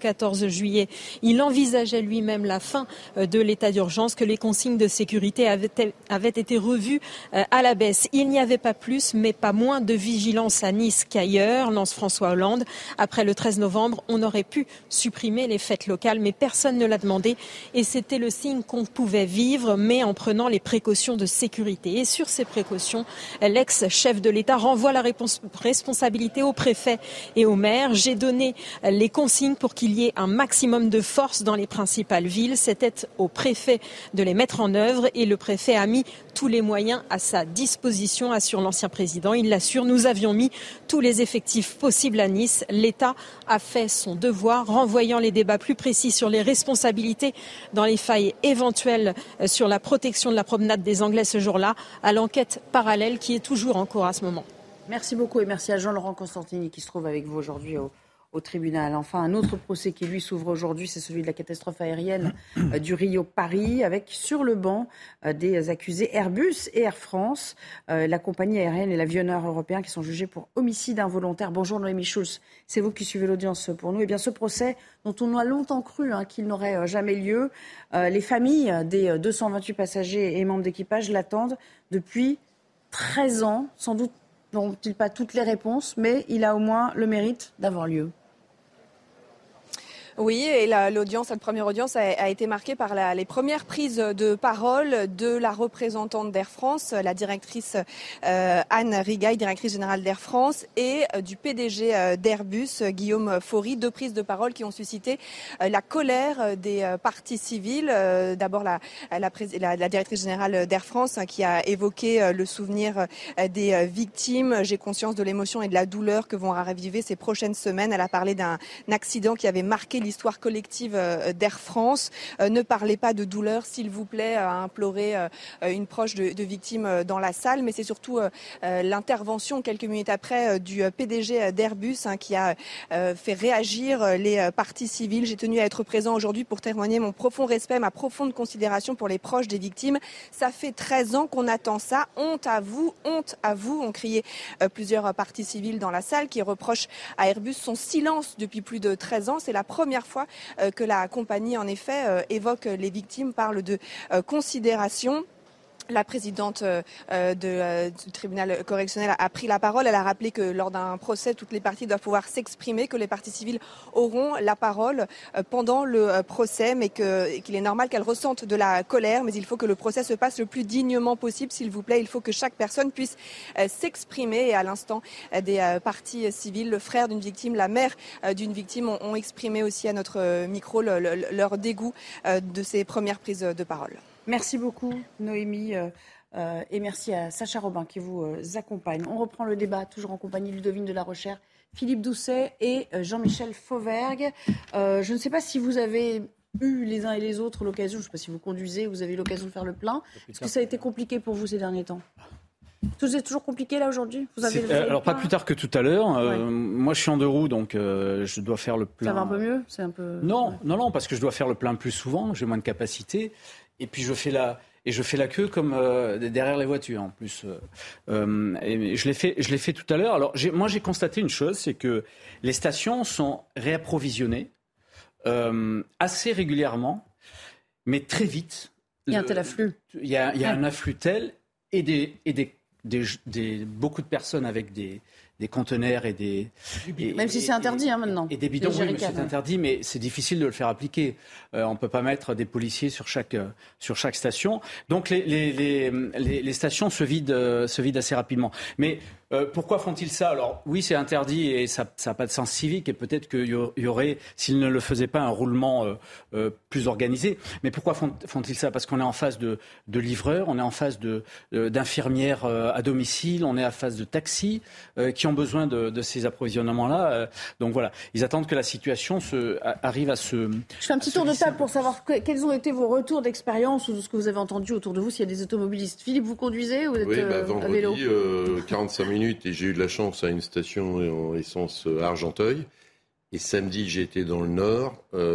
15 juillet, il envisageait lui-même la fin de l'état d'urgence, que les consignes de sécurité avaient été revues à la baisse. Il n'y avait pas plus, mais pas moins de vigilance à Nice qu'ailleurs, lance François Hollande. Après le 13 novembre, on aurait pu supprimer les fêtes locales, mais personne ne l'a demandé. Et c'était le signe qu'on pouvait vivre, mais en prenant les précautions de sécurité. Et sur ces précautions, l'ex-chef de l'État renvoie la responsabilité au préfet et au maire. J'ai donné les consignes pour qu'il y ait un maximum de force dans les principales villes. C'était au préfet de les mettre en œuvre et le préfet a mis tous les moyens à sa disposition, assure l'ancien président. Il l'assure, nous avions mis tous les effectifs possibles à Nice. L'État a fait son devoir, renvoyant les débats plus précis sur les responsabilités dans les failles éventuelles sur la protection de la promenade des Anglais ce jour-là, à l'enquête parallèle qui est toujours en cours à ce moment. Merci beaucoup et merci à Jean-Laurent Constantini qui se trouve avec vous aujourd'hui au tribunal. Enfin, un autre procès qui lui s'ouvre aujourd'hui, c'est celui de la catastrophe aérienne du Rio-Paris, avec sur le banc des accusés Airbus et Air France, la compagnie aérienne et l'avionneur européen qui sont jugés pour homicide involontaire. Bonjour Noémie Schulz, c'est vous qui suivez l'audience pour nous. Eh bien, ce procès dont on a longtemps cru qu'il n'aurait jamais lieu, les familles des 228 passagers et membres d'équipage l'attendent depuis 13 ans. Sans doute n'ont-ils pas toutes les réponses, mais il a au moins le mérite d'avoir lieu. Oui, et l'audience, cette première audience a été marquée par les premières prises de parole de la représentante d'Air France, la directrice Anne Rigail, directrice générale d'Air France, et du PDG d'Airbus, Guillaume Faury. Deux prises de parole qui ont suscité la colère des parties civiles. D'abord la directrice générale d'Air France qui a évoqué le souvenir des victimes. J'ai conscience de l'émotion et de la douleur que vont raviver ces prochaines semaines. Elle a parlé d'un accident qui avait marqué l'histoire collective d'Air France. Ne parlez pas de douleur, s'il vous plaît, a imploré une proche de victime dans la salle. Mais c'est surtout l'intervention quelques minutes après du PDG d'Airbus qui a fait réagir les parties civiles. J'ai tenu à être présent aujourd'hui pour témoigner mon profond respect, ma profonde considération pour les proches des victimes. Ça fait 13 ans qu'on attend ça. Honte à vous, ont crié plusieurs parties civiles dans la salle qui reprochent à Airbus son silence depuis plus de 13 ans. C'est la première fois que la compagnie, en effet, évoque les victimes, parle de considération. La présidente du tribunal correctionnel a pris la parole. Elle a rappelé que lors d'un procès, toutes les parties doivent pouvoir s'exprimer, que les parties civiles auront la parole pendant le procès, mais qu'il est normal qu'elles ressentent de la colère. Mais il faut que le procès se passe le plus dignement possible, s'il vous plaît. Il faut que chaque personne puisse s'exprimer. Et à l'instant, des parties civiles, le frère d'une victime, la mère d'une victime ont exprimé aussi à notre micro leur dégoût de ces premières prises de parole. Merci beaucoup Noémie et merci à Sacha Robin qui vous accompagne. On reprend le débat toujours en compagnie de Ludovine de la Rochère, Philippe Doucet et Jean-Michel Fauvergue. Je ne sais pas si vous avez eu les uns et les autres l'occasion, je ne sais pas si vous conduisez, vous avez eu l'occasion de faire le plein. Est-ce que ça a été compliqué pour vous ces derniers temps ? Tout est toujours compliqué là aujourd'hui ? Alors pas plus tard que tout à l'heure. Moi je suis en deux roues donc je dois faire le plein. Ça va un peu mieux ? C'est un peu... Non, parce que je dois faire le plein plus souvent, j'ai moins de capacité. Et puis je fais la queue comme derrière les voitures en plus. Et je l'ai fait tout à l'heure. Alors moi j'ai constaté une chose, c'est que les stations sont réapprovisionnées assez régulièrement, mais très vite. Il y a un tel afflux. Il y a un afflux tel et beaucoup de personnes avec des conteneurs même si c'est interdit maintenant. Et des bidons, oui, c'est interdit, mais c'est difficile de le faire appliquer. On ne peut pas mettre des policiers sur chaque station. Donc les stations se vident assez rapidement. Mais pourquoi font-ils ça ? Alors oui, c'est interdit et ça n'a pas de sens civique et peut-être qu'il y aurait, s'ils ne le faisaient pas, un roulement plus organisé. Mais pourquoi font-ils ça ? Parce qu'on est en phase de livreurs, on est en phase d'infirmières à domicile, on est en phase de taxis qui ont besoin de ces approvisionnements-là. Donc voilà, ils attendent que la situation arrive à se... Je fais un petit tour de table pour savoir quels ont été vos retours d'expérience ou de ce que vous avez entendu autour de vous, s'il y a des automobilistes. Philippe, vous conduisez ou vous êtes à vélo ? Vendredi, 45 minutes et j'ai eu de la chance à une station en essence à Argenteuil. Et samedi, j'ai été dans le Nord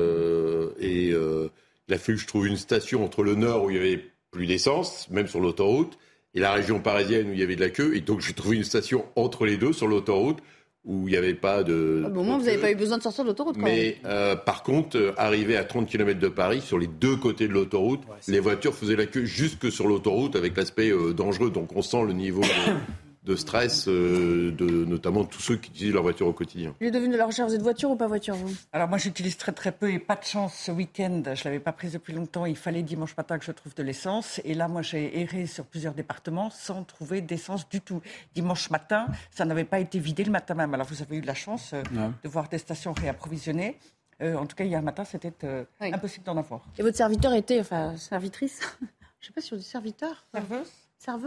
il a fallu que je trouve une station entre le Nord où il n'y avait plus d'essence, même sur l'autoroute, et la région parisienne où il y avait de la queue. Et donc, j'ai trouvé une station entre les deux sur l'autoroute où il n'y avait pas de... Au moment où vous n'avez pas eu besoin de sortir de l'autoroute quand même. Mais par contre, arrivé à 30 km de Paris, sur les deux côtés de l'autoroute, les voitures faisaient la queue jusque sur l'autoroute avec l'aspect dangereux. Donc on sent le niveau de stress de notamment tous ceux qui utilisent leur voiture au quotidien. Ludovine de la Rochère, vous êtes voiture ou pas voiture, vous ? Alors moi j'utilise très très peu et pas de chance ce week-end, je ne l'avais pas prise depuis longtemps, il fallait dimanche matin que je trouve de l'essence et là moi j'ai erré sur plusieurs départements sans trouver d'essence du tout. Dimanche matin, ça n'avait pas été vidé le matin même, alors vous avez eu de la chance de voir des stations réapprovisionnées. En tout cas hier matin c'était impossible d'en avoir. Et votre serviteur était, servitrice, je ne sais pas si on dit serviteur. Serveuse ?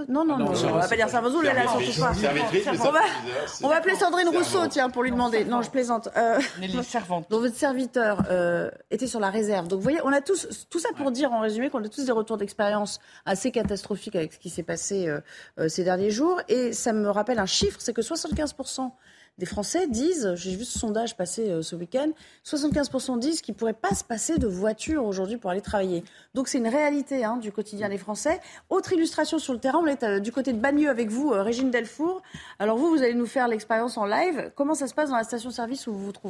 Non, on va pas dire serveuse, surtout pas. On va appeler Sandrine Rousseau, tiens, pour lui demander. Non, je plaisante. Les servantes. Donc votre serviteur était sur la réserve. Donc vous voyez, on a tous, tout ça pour dire en résumé qu'on a tous des retours d'expérience assez catastrophiques avec ce qui s'est passé ces derniers jours. Et ça me rappelle un chiffre, c'est que 75% des Français disent, j'ai vu ce sondage passer ce week-end, 75% disent qu'il ne pourrait pas se passer de voiture aujourd'hui pour aller travailler. Donc c'est une réalité du quotidien des Français. Autre illustration sur le terrain, on est du côté de Bagneux avec vous, Régine Delfour. Alors vous allez nous faire l'expérience en live. Comment ça se passe dans la station-service où vous vous trouvez ?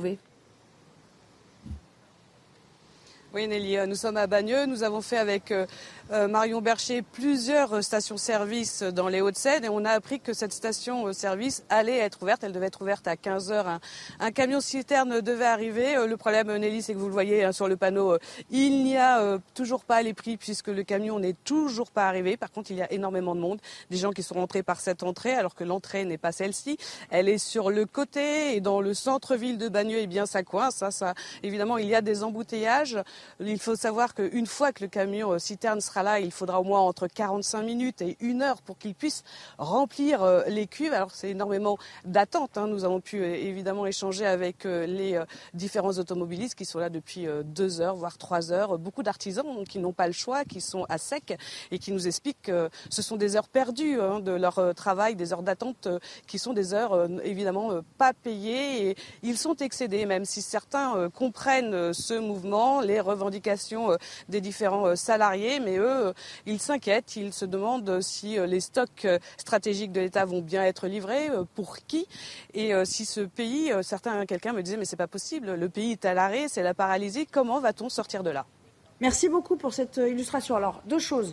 Oui Nelly, nous sommes à Bagneux. Nous avons fait avec Marion Bercher plusieurs stations-service dans les Hauts-de-Seine et on a appris que cette station-service allait être ouverte. Elle devait être ouverte à 15h. Un camion-citerne devait arriver. Le problème, Nelly, c'est que vous le voyez sur le panneau, il n'y a toujours pas les prix puisque le camion n'est toujours pas arrivé. Par contre, il y a énormément de monde. Des gens qui sont rentrés par cette entrée alors que l'entrée n'est pas celle-ci. Elle est sur le côté et dans le centre-ville de Bagneux, eh bien, ça coince. Ça, évidemment, il y a des embouteillages. Il faut savoir qu'une fois que le camion citerne sera là, il faudra au moins entre 45 minutes et 1 heure pour qu'il puisse remplir les cuves. Alors c'est énormément d'attente. Nous avons pu évidemment échanger avec les différents automobilistes qui sont là depuis 2 heures, voire 3 heures. Beaucoup d'artisans qui n'ont pas le choix, qui sont à sec et qui nous expliquent que ce sont des heures perdues de leur travail, des heures d'attente qui sont des heures évidemment pas payées. Et ils sont excédés, même si certains comprennent ce mouvement, les revendications des différents salariés, mais eux, ils s'inquiètent, ils se demandent si les stocks stratégiques de l'État vont bien être livrés, pour qui, et si ce pays, quelqu'un me disait mais c'est pas possible, le pays est à l'arrêt, c'est la paralysie, comment va-t-on sortir de là ? Merci beaucoup pour cette illustration. Alors, 2 choses.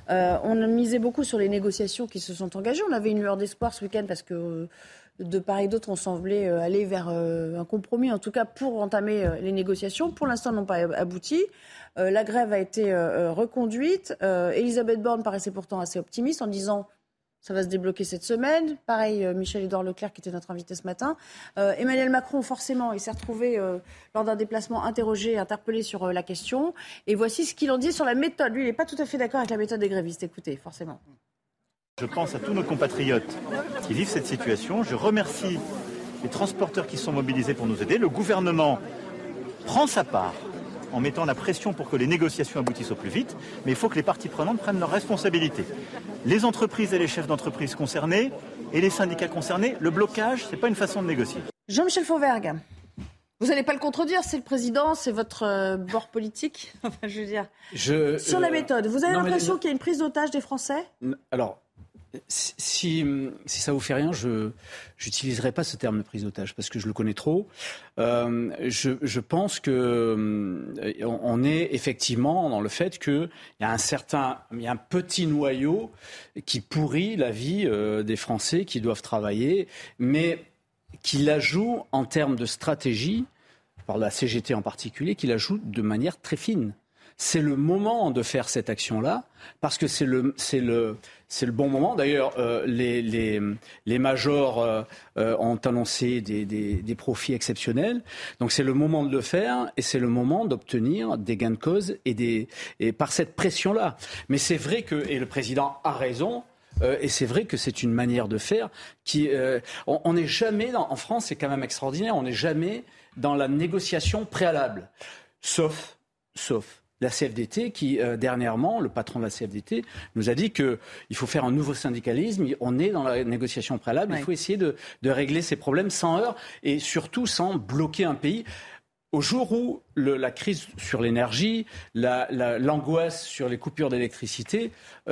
On misait beaucoup sur les négociations qui se sont engagées. On avait une lueur d'espoir ce week-end parce que de part et d'autre, on semblait aller vers un compromis, en tout cas pour entamer les négociations. Pour l'instant, n'ont pas abouti. La grève a été reconduite. Elisabeth Borne paraissait pourtant assez optimiste en disant ça va se débloquer cette semaine. Pareil, Michel-Édouard Leclerc, qui était notre invité ce matin. Emmanuel Macron, forcément, il s'est retrouvé lors d'un déplacement interpellé sur la question. Et voici ce qu'il en dit sur la méthode. Lui, il n'est pas tout à fait d'accord avec la méthode des grévistes. Écoutez, forcément. Je pense à tous nos compatriotes qui vivent cette situation. Je remercie les transporteurs qui sont mobilisés pour nous aider. Le gouvernement prend sa part en mettant la pression pour que les négociations aboutissent au plus vite. Mais il faut que les parties prenantes prennent leurs responsabilités. Les entreprises et les chefs d'entreprise concernés et les syndicats concernés, le blocage, ce n'est pas une façon de négocier. Jean-Michel Fauvergue, vous n'allez pas le contredire, c'est le président, c'est votre bord politique. Enfin, je veux dire. Sur la méthode, vous avez l'impression qu'il y a une prise d'otage des Français ? Alors, si ça vous fait rien, je n'utiliserai pas ce terme de prise d'otage parce que je le connais trop. Je pense que on est effectivement dans le fait qu'il y a un petit noyau qui pourrit la vie des Français qui doivent travailler, mais qui la joue en termes de stratégie, par la CGT en particulier, qui la joue de manière très fine. C'est le moment de faire cette action-là, parce que c'est le bon moment. D'ailleurs, les majors ont annoncé des profits exceptionnels. Donc c'est le moment de le faire et c'est le moment d'obtenir des gains de cause et par cette pression-là. Mais c'est vrai que, et le président a raison, et c'est vrai que c'est une manière de faire qui... on n'est jamais, en France, c'est quand même extraordinaire, on n'est jamais dans la négociation préalable. Sauf la CFDT qui, dernièrement, le patron de la CFDT nous a dit qu'il faut faire un nouveau syndicalisme. On est dans la négociation préalable. Il faut essayer de régler ces problèmes sans heurts et surtout sans bloquer un pays. au jour où la crise sur l'énergie, l'angoisse sur les coupures d'électricité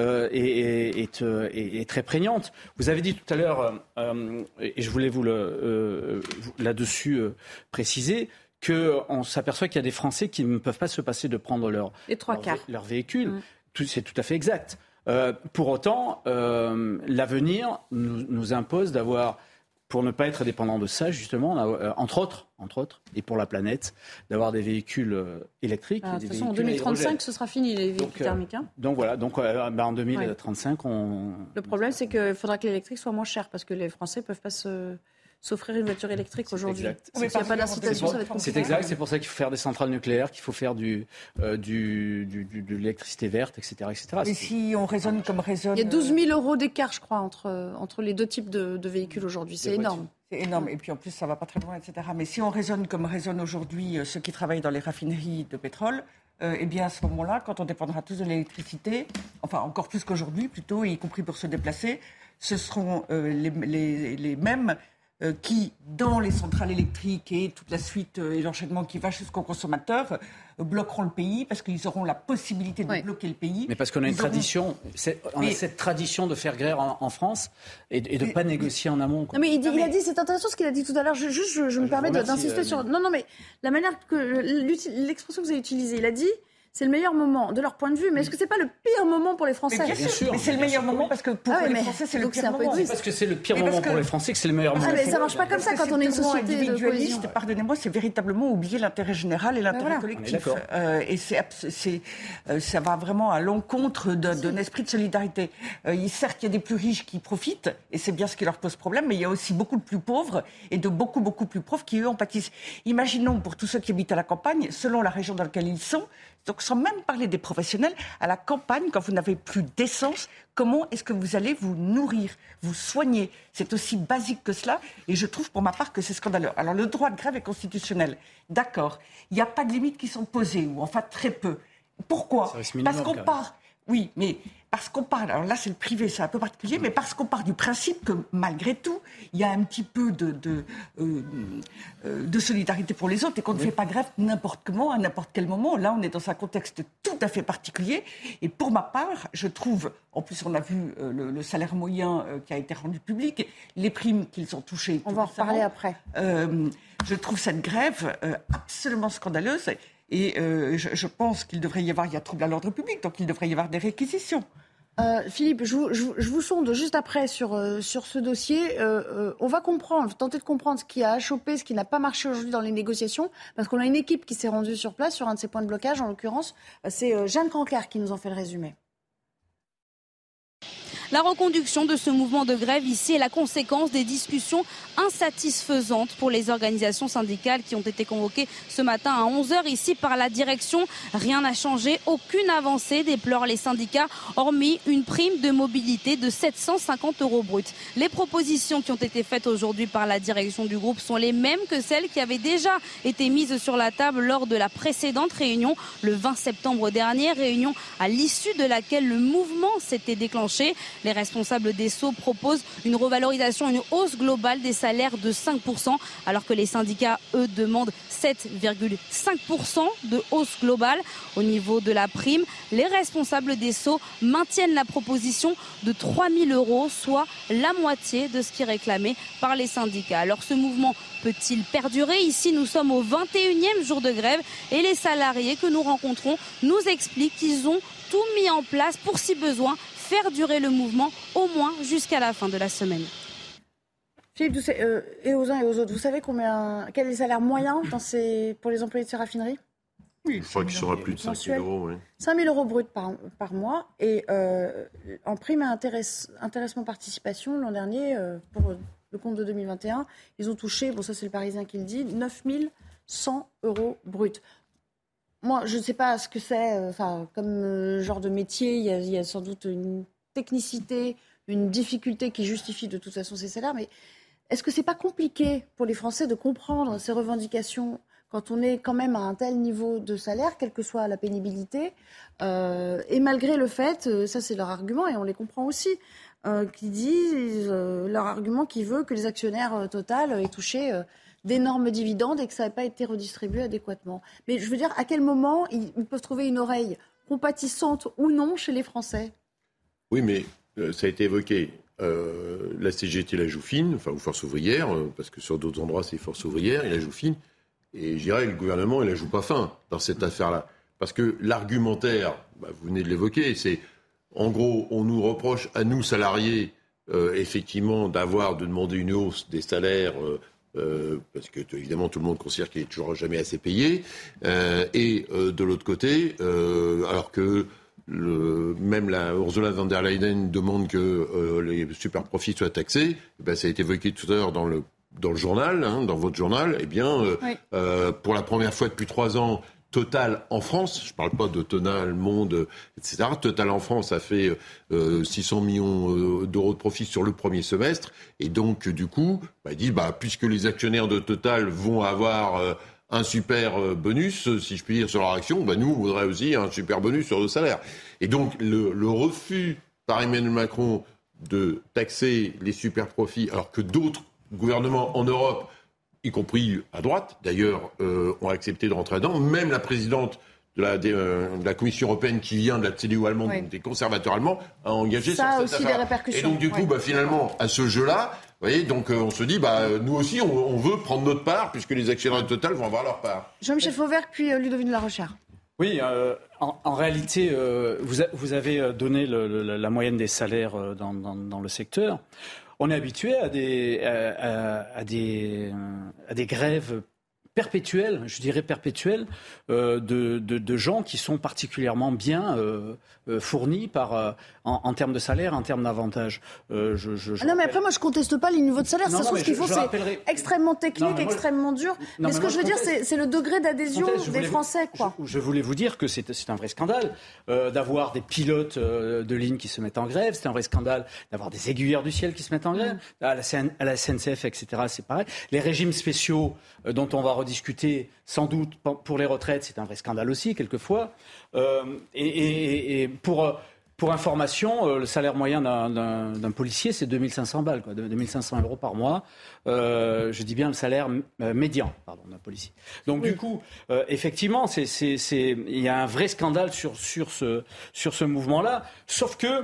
est très prégnante. Vous avez dit tout à l'heure, et je voulais vous là-dessus préciser, qu'on s'aperçoit qu'il y a des Français qui ne peuvent pas se passer de prendre leur véhicule. C'est tout à fait exact. Pour autant, l'avenir nous impose d'avoir, pour ne pas être dépendant de ça, justement, entre autres, et pour la planète, d'avoir des véhicules électriques. De toute façon, en 2035, ce sera fini, les véhicules thermiques. Donc voilà, en 2035, Le problème, c'est qu'il faudra que l'électrique soit moins cher, parce que les Français ne peuvent pas s'offrir une voiture électrique aujourd'hui. S'il n'y a pas d'incitation, ça va être compliqué. C'est exact, c'est pour ça qu'il faut faire des centrales nucléaires, qu'il faut faire de l'électricité verte, etc. Et si on raisonne comme raisonne... Il y a 12 000 euros d'écart, je crois, entre les deux types de véhicules aujourd'hui. C'est énorme. C'est énorme. Et puis en plus, ça ne va pas très loin, etc. Mais si on raisonne comme raisonnent aujourd'hui ceux qui travaillent dans les raffineries de pétrole, eh bien à ce moment-là, quand on dépendra tous de l'électricité, enfin encore plus qu'aujourd'hui plutôt, y compris pour se déplacer, ce seront les mêmes qui, dans les centrales électriques et toute la suite et l'enchaînement qui va jusqu'aux consommateurs, bloqueront le pays parce qu'ils auront la possibilité de bloquer le pays. Mais parce qu'on a une tradition, on a cette tradition de faire grève en France et de ne pas négocier en amont. Non, mais il a dit, c'est intéressant ce qu'il a dit tout à l'heure. Je me permets d'insister sur... Non, mais la manière l'expression que vous avez utilisée, il a dit... C'est le meilleur moment de leur point de vue, mais est-ce que c'est pas le pire moment pour les Français ? Mais bien sûr, mais c'est le meilleur moment parce que pour les Français c'est le pire moment. C'est parce que c'est le pire moment pour les Français que c'est le meilleur moment. Mais ça marche pas comme ça quand on est une société individualiste. Pardonnez-moi, c'est véritablement oublier l'intérêt général et l'intérêt collectif. Et ça va vraiment à l'encontre d'un esprit de solidarité. Certes, il y a des plus riches qui profitent et c'est bien ce qui leur pose problème, mais il y a aussi beaucoup de plus pauvres et de beaucoup plus pauvres qui eux en pâtissent. Imaginons pour tous ceux qui habitent à la campagne, selon la région dans laquelle ils sont. Donc, sans même parler des professionnels, à la campagne, quand vous n'avez plus d'essence, comment est-ce que vous allez vous nourrir, vous soigner ? C'est aussi basique que cela, et je trouve pour ma part que c'est scandaleux. Alors, le droit de grève est constitutionnel. D'accord, il n'y a pas de limites qui sont posées, ou enfin très peu. Pourquoi ? Parce qu'on part... Oui, mais parce qu'on part, alors là c'est le privé, c'est un peu particulier, mais parce qu'on part du principe que malgré tout, il y a un petit peu de solidarité pour les autres et qu'on ne fait pas grève n'importe comment, à n'importe quel moment. Là, on est dans un contexte tout à fait particulier. Et pour ma part, je trouve, en plus on a vu le salaire moyen qui a été rendu public, les primes qu'ils ont touchées. On va en reparler après. Je trouve cette grève absolument scandaleuse. Et je pense qu'il devrait y avoir, il y a trouble à l'ordre public, donc il devrait y avoir des réquisitions. Philippe, je vous sonde juste après sur ce dossier. On va tenter de comprendre ce qui a achoppé, ce qui n'a pas marché aujourd'hui dans les négociations, parce qu'on a une équipe qui s'est rendue sur place sur un de ces points de blocage. En l'occurrence, c'est Jeanne Cancard qui nous en fait le résumé. La reconduction de ce mouvement de grève ici est la conséquence des discussions insatisfaisantes pour les organisations syndicales qui ont été convoquées ce matin à 11h ici par la direction. Rien n'a changé, aucune avancée, déplorent les syndicats, hormis une prime de mobilité de 750 € bruts. Les propositions qui ont été faites aujourd'hui par la direction du groupe sont les mêmes que celles qui avaient déjà été mises sur la table lors de la précédente réunion le 20 septembre dernier, réunion à l'issue de laquelle le mouvement s'était déclenché. Les responsables des Sceaux proposent une revalorisation, une hausse globale des salaires de 5%, alors que les syndicats, eux, demandent 7,5% de hausse globale. Au niveau de la prime, les responsables des Sceaux maintiennent la proposition de 3 000 €, soit la moitié de ce qui est réclamé par les syndicats. Alors ce mouvement peut-il perdurer ? Ici, nous sommes au 21e jour de grève et les salariés que nous rencontrons nous expliquent qu'ils ont tout mis en place pour, si besoin, faire durer le mouvement au moins jusqu'à la fin de la semaine. Philippe, et aux uns et aux autres, vous savez quel est le salaire moyen pour les employés de ces raffineries ? Oui, je crois qu'ils sont à plus de 5 000 €. Oui. 5 000 € bruts par mois. Et en prime à intéressement participation, l'an dernier, pour le compte de 2021, ils ont touché, bon ça c'est le Parisien qui le dit, 9 100 € bruts. Moi, je ne sais pas ce que c'est, comme genre de métier, il y a sans doute une technicité, une difficulté qui justifie de toute façon ces salaires, mais est-ce que c'est pas compliqué pour les Français de comprendre ces revendications quand on est quand même à un tel niveau de salaire, quelle que soit la pénibilité, et malgré le fait, ça c'est leur argument et on les comprend aussi, qui disent leur argument qui veut que les actionnaires Total aient touché d'énormes dividendes et que ça n'avait pas été redistribué adéquatement. Mais je veux dire, à quel moment ils peuvent trouver une oreille compatissante ou non chez les Français ? Oui, mais ça a été évoqué. La CGT la joue fine, ou Force ouvrière, parce que sur d'autres endroits c'est Force ouvrière, il la joue fine. Et je dirais le gouvernement, il la joue pas fin dans cette affaire-là. Parce que l'argumentaire, vous venez de l'évoquer, c'est en gros, on nous reproche à nous salariés, effectivement, de demander une hausse des salaires, parce que évidemment tout le monde considère qu'il est toujours jamais assez payé. Et de l'autre côté, alors que même la Ursula von der Leyen demande que les super profits soient taxés, ça a été évoqué tout à l'heure dans le journal, dans votre journal. Pour la première fois depuis 3 ans, Total en France, je ne parle pas de Total Monde, etc. Total en France a fait 600 millions d'euros de profit sur le premier semestre. Et donc, du coup, il dit, puisque les actionnaires de Total vont avoir un super bonus, si je puis dire, sur leur action, nous, on voudrait aussi un super bonus sur le salaire. Et donc, le refus par Emmanuel Macron de taxer les super profits, alors que d'autres gouvernements en Europe, y compris à droite, d'ailleurs, ont accepté de rentrer dedans. Même la présidente de la Commission européenne qui vient de la CDU allemande, donc des conservateurs allemands, a engagé ça sur aussi cette affaire. des répercussions. Et donc, du coup, finalement, à ce jeu-là, vous voyez, donc on se dit, nous aussi, on veut prendre notre part, puisque les actionnaires de Total vont avoir leur part. Jean-Michel Fauvergue, puis Ludovine de la Rochère. Oui, en réalité, vous avez donné la moyenne des salaires dans le secteur. On est habitué à des grèves perpétuelles, je dirais perpétuelles, de gens qui sont particulièrement bien fournis en termes de salaire, en termes d'avantages. Non, mais après, moi, je conteste pas les niveaux de salaire. Ce qu'il faut, c'est extrêmement technique, extrêmement dur. Mais ce que je veux dire, c'est le degré d'adhésion des Français, quoi. Je voulais vous dire que c'est un vrai scandale d'avoir des pilotes de ligne qui se mettent en grève. C'est un vrai scandale d'avoir des aiguilleurs du ciel qui se mettent en grève. À la SNCF, etc., c'est pareil. Les régimes spéciaux dont on va rediscuter sans doute pour les retraites, c'est un vrai scandale aussi, quelquefois. Et pour information, le salaire moyen d'un policier, c'est 2500 balles, 2500 euros par mois. Je dis bien le salaire médian, d'un policier. Donc du coup, effectivement, il y a un vrai scandale sur ce mouvement-là. Sauf que,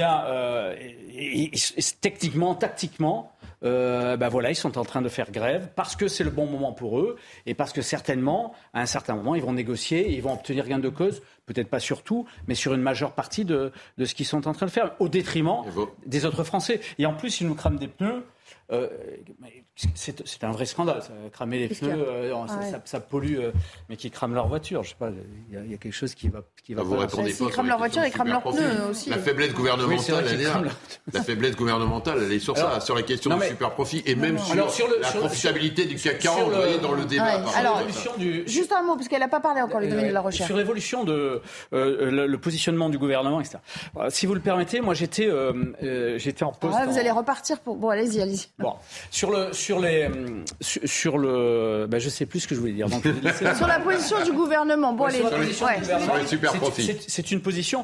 techniquement, tactiquement, ils sont en train de faire grève parce que c'est le bon moment pour eux et parce que certainement, à un certain moment, ils vont négocier, ils vont obtenir gain de cause, peut-être pas sur tout, mais sur une majeure partie de ce qu'ils sont en train de faire, au détriment des autres Français. Et en plus, ils nous crament des pneus. C'est un vrai scandale, ça, cramer les pneus, ça pollue, mais qui crament leur voiture. Je sais pas, il y a quelque chose qui va vous pas. Répondez pas. Ils crament leur voiture, ils crament leurs pneus aussi. La faiblesse gouvernementale, elle est sur ça, sur la question du super profit et même sur la profitabilité du CAC 40. Vous voyez dans le débat. Juste un mot, parce qu'elle n'a pas parlé encore, Ludovine de la Rochère. Sur l'évolution de le positionnement du gouvernement, etc. Si vous le permettez, moi j'étais en poste. Vous allez repartir pour. Bon, allez-y. Bon, je sais plus ce que je voulais dire. Donc, sur la position du gouvernement. Bon, sur les super profits. C'est une position.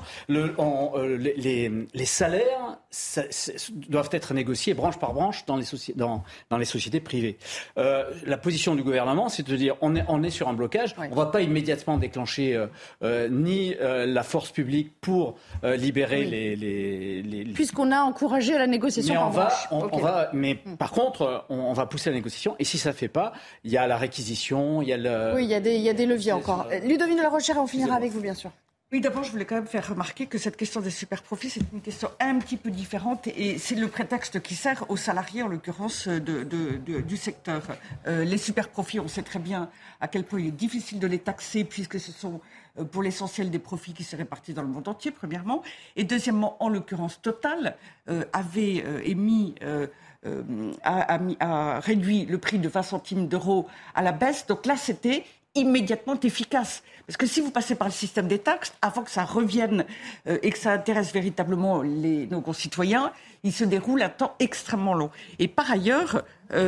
Les salaires doivent être négociés branche par branche dans les sociétés privées. La position du gouvernement, c'est de dire on est sur un blocage. On ne va pas immédiatement déclencher ni la force publique pour libérer les. Puisqu'on a encouragé la négociation par branche. Mais par contre, on va pousser la négociation. Et si ça ne fait pas, il y a la réquisition, il y a le... Oui, il y a des leviers encore. Ludovine de la Rochère, on finira avec vous, bien sûr. Oui, d'abord, je voulais quand même faire remarquer que cette question des super-profits, c'est une question un petit peu différente et c'est le prétexte qui sert aux salariés, en l'occurrence, du secteur. Les super-profits, on sait très bien à quel point il est difficile de les taxer puisque ce sont pour l'essentiel des profits qui se répartissent dans le monde entier, premièrement. Et deuxièmement, en l'occurrence, Total avait a réduit le prix de 20 centimes d'euros à la baisse. Donc là, c'était immédiatement efficace. Parce que si vous passez par le système des taxes, avant que ça revienne et que ça intéresse véritablement nos concitoyens, il se déroule un temps extrêmement long. Et par ailleurs,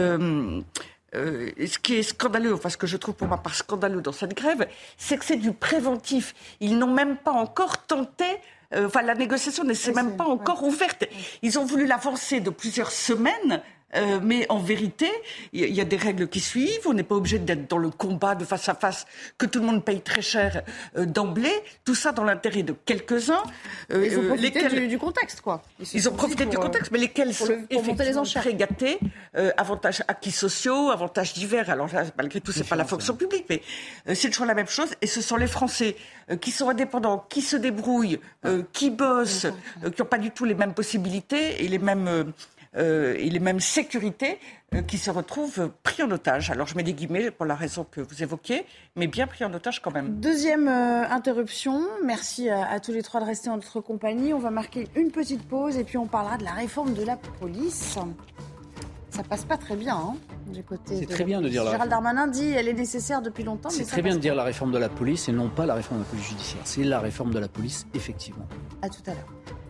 ce qui est scandaleux, enfin ce que je trouve pour ma part scandaleux dans cette grève, c'est que c'est du préventif. Ils n'ont même pas encore tenté... la négociation ne s'est même pas encore ouverte. Ils ont voulu l'avancer de plusieurs semaines Mais en vérité, il y a des règles qui suivent. On n'est pas obligé d'être dans le combat de face à face que tout le monde paye très cher d'emblée. Tout ça dans l'intérêt de quelques-uns. Ils ont profité du contexte, quoi. Ils ont profité du contexte, mais lesquels sont effectivement très gâtés. Avantages acquis sociaux, avantages divers. Alors là, malgré tout, c'est pas la fonction publique, mais c'est toujours la même chose. Et ce sont les Français qui sont indépendants, qui se débrouillent, qui bossent, qui n'ont pas du tout les mêmes possibilités et les mêmes sécurités qui se retrouvent pris en otage. Alors je mets des guillemets pour la raison que vous évoquiez, mais bien pris en otage quand même. Deuxième interruption. Merci à tous les trois de rester en notre compagnie. On va marquer une petite pause et puis on parlera de la réforme de la police. Ça passe pas très bien du côté c'est très bien de dire Gérald Darmanin dit elle est nécessaire depuis longtemps. C'est très bien de dire la réforme de la police et non pas la réforme de la police judiciaire. C'est la réforme de la police, effectivement. À tout à l'heure.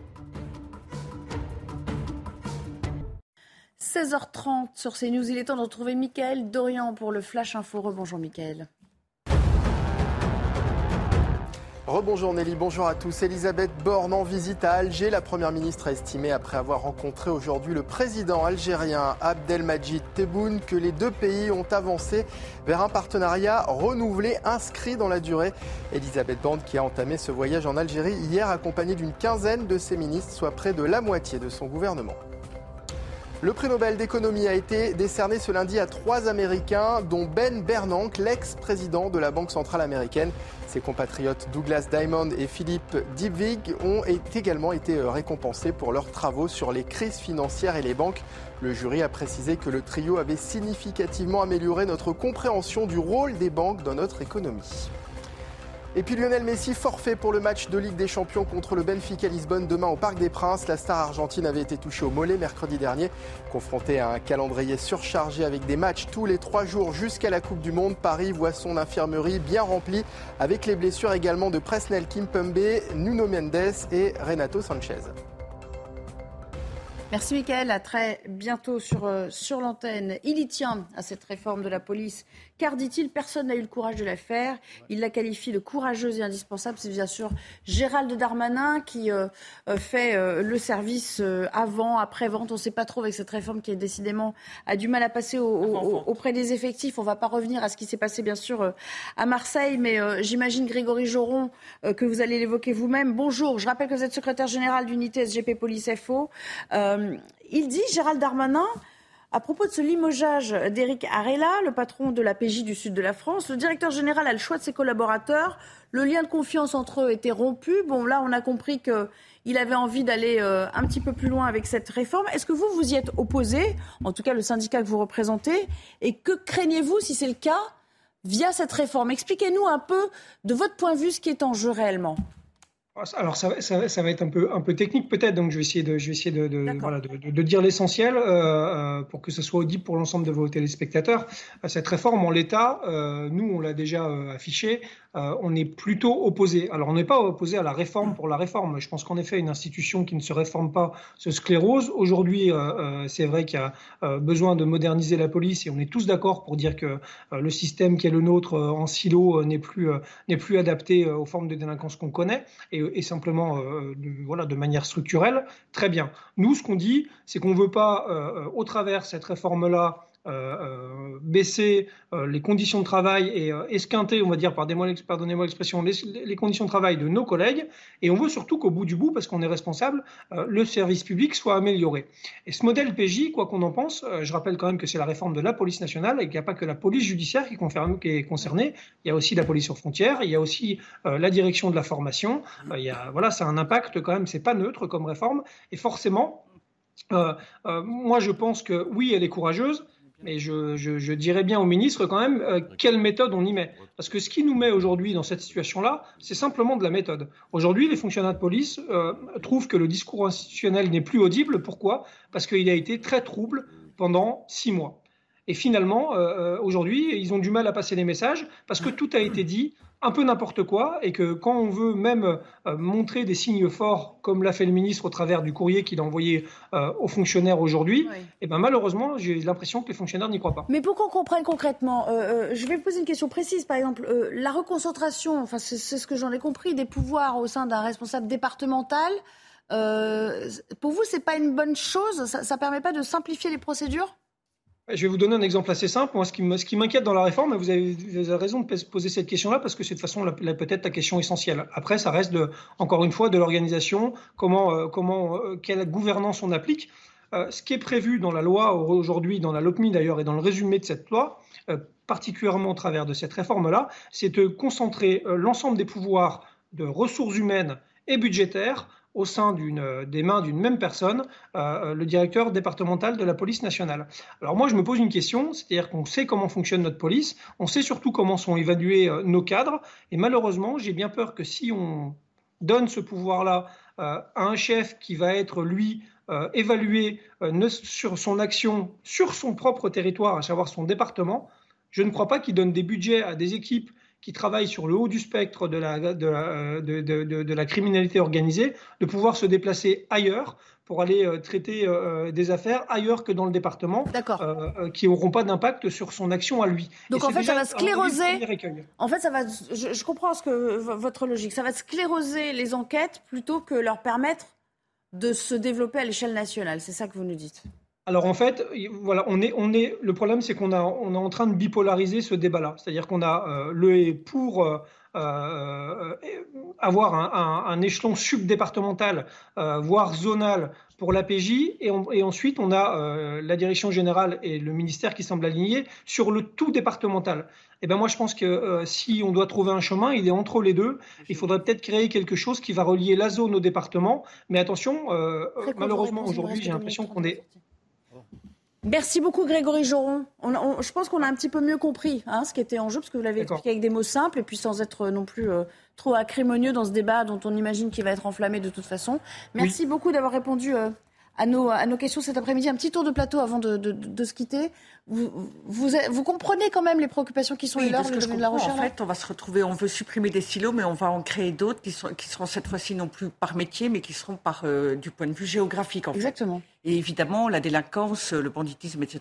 16h30 sur CNews, il est temps de retrouver Mickaël Dorian pour le Flash Info. Rebonjour Mickaël. Rebonjour Nelly, bonjour à tous. Elisabeth Borne en visite à Alger. La Première ministre a estimé, après avoir rencontré aujourd'hui le président algérien Abdelmadjid Tebboune, que les deux pays ont avancé vers un partenariat renouvelé, inscrit dans la durée. Elisabeth Borne qui a entamé ce voyage en Algérie hier, accompagnée d'une quinzaine de ses ministres, soit près de la moitié de son gouvernement. Le prix Nobel d'économie a été décerné ce lundi à 3 Américains, dont Ben Bernanke, l'ex-président de la Banque centrale américaine. Ses compatriotes Douglas Diamond et Philippe Dybvig ont également été récompensés pour leurs travaux sur les crises financières et les banques. Le jury a précisé que le trio avait significativement amélioré notre compréhension du rôle des banques dans notre économie. Et puis Lionel Messi forfait pour le match de Ligue des Champions contre le Benfica Lisbonne demain au Parc des Princes. La star argentine avait été touchée au mollet mercredi dernier. Confrontée à un calendrier surchargé avec des matchs tous les 3 jours jusqu'à la Coupe du Monde, Paris voit son infirmerie bien remplie avec les blessures également de Presnel Kimpembe, Nuno Mendes et Renato Sanchez. Merci Mickaël, à très bientôt sur l'antenne. Il y tient à cette réforme de la police, car dit-il, personne n'a eu le courage de la faire. Il la qualifie de courageuse et indispensable. C'est bien sûr Gérald Darmanin qui fait le service avant, après-vente. On ne sait pas trop avec cette réforme qui décidément a du mal à passer auprès des effectifs. On ne va pas revenir à ce qui s'est passé bien sûr à Marseille, mais j'imagine Grégory Joron que vous allez l'évoquer vous-même. Bonjour, je rappelle que vous êtes secrétaire général d'unité SGP Police FO. Il dit, Gérald Darmanin, à propos de ce limogeage d'Éric Arella, le patron de la PJ du sud de la France, le directeur général a le choix de ses collaborateurs. Le lien de confiance entre eux était rompu. Bon, là, on a compris qu'il avait envie d'aller un petit peu plus loin avec cette réforme. Est-ce que vous y êtes opposé, en tout cas le syndicat que vous représentez, et que craignez-vous, si c'est le cas, via cette réforme ? Expliquez-nous un peu, de votre point de vue, ce qui est en jeu réellement. Alors ça va être un peu technique peut-être, donc je vais essayer de dire l'essentiel pour que ce soit audible pour l'ensemble de vos téléspectateurs. Cette réforme en l'état, nous on l'a déjà affiché, on est plutôt opposé. Alors on n'est pas opposé à la réforme pour la réforme. Je pense qu'en effet une institution qui ne se réforme pas se sclérose. Aujourd'hui c'est vrai qu'il y a besoin de moderniser la police et on est tous d'accord pour dire que le système qui est le nôtre en silo n'est plus adapté aux formes de délinquance qu'on connaît et simplement de manière structurelle. Très bien. Nous, ce qu'on dit, c'est qu'on ne veut pas, au travers de cette réforme-là, baisser les conditions de travail et esquinter, on va dire, pardonnez-moi l'expression, les conditions de travail de nos collègues. Et on veut surtout qu'au bout du bout, parce qu'on est responsable, le service public soit amélioré. Et ce modèle PJ, quoi qu'on en pense, je rappelle quand même que c'est la réforme de la police nationale et qu'il n'y a pas que la police judiciaire qui est concernée. Il y a aussi la police aux frontières, il y a aussi la direction de la formation. Ça a un impact quand même, c'est pas neutre comme réforme. Et forcément, moi je pense que oui, elle est courageuse. Mais je dirais bien au ministre quand même quelle méthode on y met. Parce que ce qui nous met aujourd'hui dans cette situation-là, c'est simplement de la méthode. Aujourd'hui, les fonctionnaires de police trouvent que le discours institutionnel n'est plus audible. Pourquoi ? Parce qu'il a été très trouble pendant 6 mois. Et finalement, aujourd'hui, ils ont du mal à passer les messages parce que tout a été dit, un peu n'importe quoi, et que quand on veut même montrer des signes forts, comme l'a fait le ministre au travers du courrier qu'il a envoyé aux fonctionnaires aujourd'hui, et ben malheureusement, j'ai l'impression que les fonctionnaires n'y croient pas. Mais pour qu'on comprenne concrètement, je vais vous poser une question précise. Par exemple, la reconcentration, c'est ce que j'en ai compris, des pouvoirs au sein d'un responsable départemental, Pour vous, c'est pas une bonne chose? Ça permet pas de simplifier les procédures? Je vais vous donner un exemple assez simple. Moi, ce qui m'inquiète dans la réforme, et vous avez raison de poser cette question-là, parce que c'est de toute façon peut-être la question essentielle. Après, ça reste encore une fois de l'organisation, quelle gouvernance on applique. Ce qui est prévu dans la loi aujourd'hui, dans la LOPMI d'ailleurs, et dans le résumé de cette loi, particulièrement au travers de cette réforme-là, c'est de concentrer l'ensemble des pouvoirs de ressources humaines et budgétaires au sein des mains d'une même personne, le directeur départemental de la police nationale. Alors moi, je me pose une question, c'est-à-dire qu'on sait comment fonctionne notre police, on sait surtout comment sont évalués nos cadres, et malheureusement, j'ai bien peur que si on donne ce pouvoir-là à un chef qui va être, lui, évalué sur son action, sur son propre territoire, à savoir son département, je ne crois pas qu'il donne des budgets à des équipes qui travaillent sur le haut du spectre de la criminalité organisée, de pouvoir se déplacer ailleurs pour aller traiter des affaires ailleurs que dans le département, qui n'auront pas d'impact sur son action à lui. Donc en fait, ça va scléroser. En fait, je comprends votre logique. Ça va scléroser les enquêtes plutôt que leur permettre de se développer à l'échelle nationale. C'est ça que vous nous dites. Alors en fait, voilà, le problème, c'est qu'on est en train de bipolariser ce débat-là. C'est-à-dire qu'on a pour avoir un échelon subdépartemental, voire zonal pour l'APJ, et ensuite on a la direction générale et le ministère qui semblent alignés sur le tout départemental. Et ben moi je pense que si on doit trouver un chemin, il est entre les deux. Il faudrait peut-être créer quelque chose qui va relier la zone au département. Mais attention, malheureusement aujourd'hui, j'ai l'impression qu'on est... Merci beaucoup Grégory Joron. Je pense qu'on a un petit peu mieux compris ce qui était en jeu, parce que vous l'avez expliqué avec des mots simples et puis sans être non plus trop acrimonieux dans ce débat dont on imagine qu'il va être enflammé de toute façon. Merci beaucoup d'avoir répondu à nos questions cet après-midi. Un petit tour de plateau avant de se quitter. Vous comprenez quand même les préoccupations qui sont les leurs, le domaine de la recherche? En fait, on va se retrouver, on veut supprimer des silos, mais on va en créer d'autres qui seront cette fois-ci non plus par métier, mais qui seront du point de vue géographique. Exactement. Et évidemment, la délinquance, le banditisme, etc.,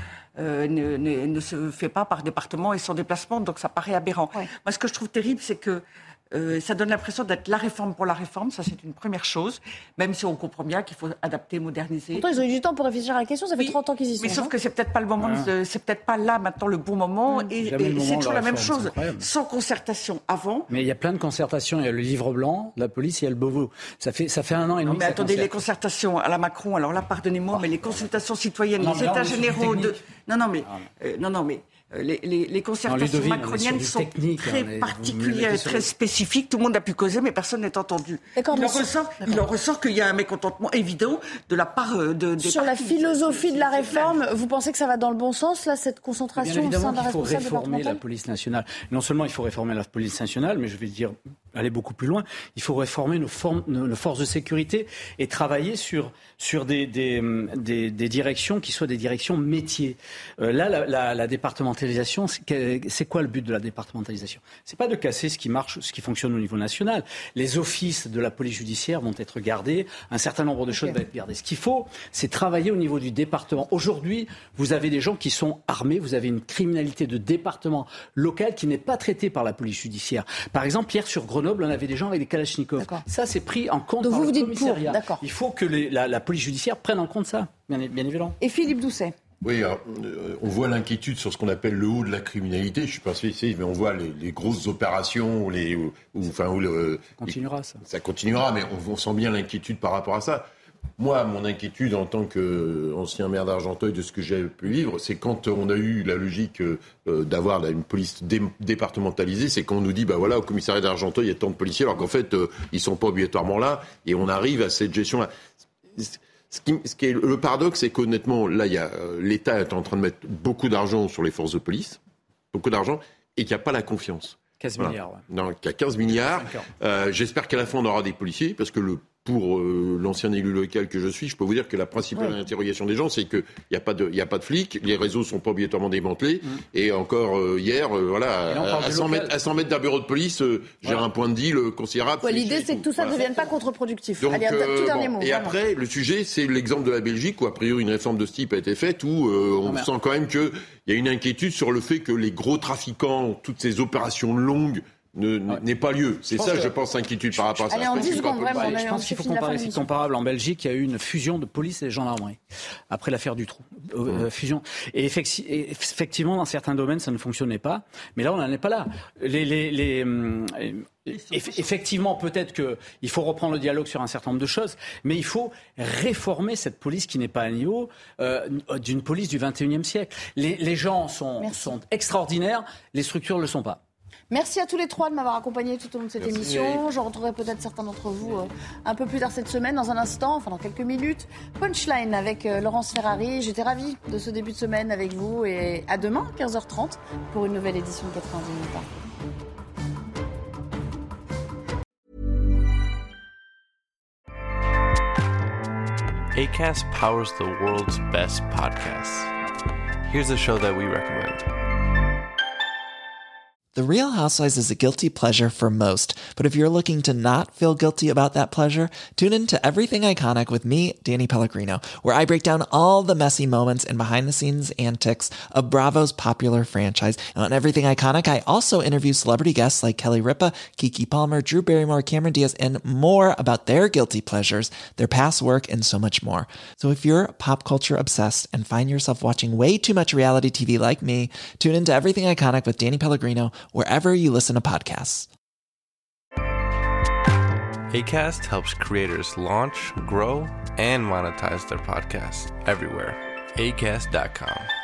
ne se fait pas par département et sans déplacement, donc ça paraît aberrant. Ouais. Moi, ce que je trouve terrible, c'est que ça donne l'impression d'être la réforme pour la réforme. Ça, c'est une première chose, même si on comprend bien qu'il faut adapter, moderniser. Pourtant, ils ont eu du temps pour réfléchir à la question. Ça fait 30 ans qu'ils y sont. Mais sauf que c'est peut-être pas le moment, c'est peut-être pas là maintenant le bon moment. Et c'est toujours la même chose. Sans concertation avant. Mais il y a plein de concertations. Il y a le livre blanc, la police, il y a le Beauvau. Ça fait 1 an et demi. Mais attendez, les concertations à la Macron. Alors là, pardonnez-moi, mais les consultations citoyennes, les états généraux de. Non, mais. Les concertations macroniennes sont très particulières, très spécifiques. Tout le monde a pu causer, mais personne n'est entendu. Il en ressort qu'il y a un mécontentement évident de la part des Sur la philosophie de la réforme, vous pensez que ça va dans le bon sens, là, cette concentration au sein d'un responsable départemental ? Il faut réformer la police nationale. Non seulement il faut réformer la police nationale, mais je vais dire aller beaucoup plus loin. Il faut réformer nos forces de sécurité et travailler sur des directions qui soient des directions métiers. Là, la départementalisation, c'est quoi le but de la départementalisation ? C'est pas de casser ce qui marche, ce qui fonctionne au niveau national. Les offices de la police judiciaire vont être gardés, un certain nombre de choses vont être gardées. Ce qu'il faut, c'est travailler au niveau du département. Aujourd'hui, vous avez des gens qui sont armés, vous avez une criminalité de département local qui n'est pas traitée par la police judiciaire. Par exemple, hier sur Grenoble, on avait des gens avec des kalachnikovs. Ça, c'est pris en compte par le commissariat. Il faut que la police judiciaire prenne en compte ça, bien évidemment. Et Philippe Doucet. Oui, alors, on voit l'inquiétude sur ce qu'on appelle le haut de la criminalité. Je ne suis pas spécialiste, mais on voit les grosses opérations, continuera ça. Ça continuera, mais on sent bien l'inquiétude par rapport à ça. Moi, mon inquiétude en tant qu'ancien maire d'Argenteuil, de ce que j'ai pu vivre, c'est quand on a eu la logique d'avoir une police départementalisée, c'est quand on nous dit, au commissariat d'Argenteuil, il y a tant de policiers, alors qu'en fait, ils ne sont pas obligatoirement là, et on arrive à cette gestion-là. Ce qui est le paradoxe, c'est qu'honnêtement, là, l'État est en train de mettre beaucoup d'argent sur les forces de police, beaucoup d'argent, et qu'il n'y a pas la confiance. 15 milliards, ouais. Non, qu'il y a 15 milliards. J'espère qu'à la fin, on aura des policiers, parce que pour l'ancien élu local que je suis, je peux vous dire que la principale interrogation des gens, c'est qu'il n'y a pas de flics, les réseaux ne sont pas obligatoirement démantelés, et encore hier, à 100 mètres d'un bureau de police, j'ai un point de deal considérable. L'idée, c'est que tout ça ne devienne pas contre-productif. Donc, allez, un tout dernier mot. Et vraiment. Après, le sujet, c'est l'exemple de la Belgique, où a priori une réforme de ce type a été faite, où on sent quand même qu'il y a une inquiétude sur le fait que les gros trafiquants, toutes ces opérations longues, n'ait pas lieu. C'est ça, je pense, l'inquiétude par rapport à ça. Allez, en 10 secondes, vraiment. Je pense qu'il faut comparer. C'est comparable en Belgique, il y a eu une fusion de police et de gendarmerie après l'affaire Dutroux. Fusion. Et effectivement, dans certains domaines, ça ne fonctionnait pas. Mais là, on n'en est pas là. Effectivement, peut-être qu'il faut reprendre le dialogue sur un certain nombre de choses, mais il faut réformer cette police qui n'est pas à niveau d'une police du XXIe siècle. Les gens sont extraordinaires, les structures ne le sont pas. Merci à tous les trois de m'avoir accompagné tout au long de cette émission. Je retrouverai peut-être certains d'entre vous un peu plus tard cette semaine, dans un instant, enfin dans quelques minutes. Punchline avec Laurence Ferrari. J'étais ravie de ce début de semaine avec vous et à demain, 15h30, pour une nouvelle édition de 90 minutes. Acast powers the world's best podcasts. Here's a show that we recommend. The Real Housewives is a guilty pleasure for most, but if you're looking to not feel guilty about that pleasure, tune in to Everything Iconic with me, Danny Pellegrino, where I break down all the messy moments and behind-the-scenes antics of Bravo's popular franchise. And on Everything Iconic, I also interview celebrity guests like Kelly Ripa, Keke Palmer, Drew Barrymore, Cameron Diaz, and more about their guilty pleasures, their past work, and so much more. So if you're pop culture obsessed and find yourself watching way too much reality TV like me, tune in to Everything Iconic with Danny Pellegrino, wherever you listen to podcasts. Acast helps creators launch, grow, and monetize their podcasts everywhere. Acast.com.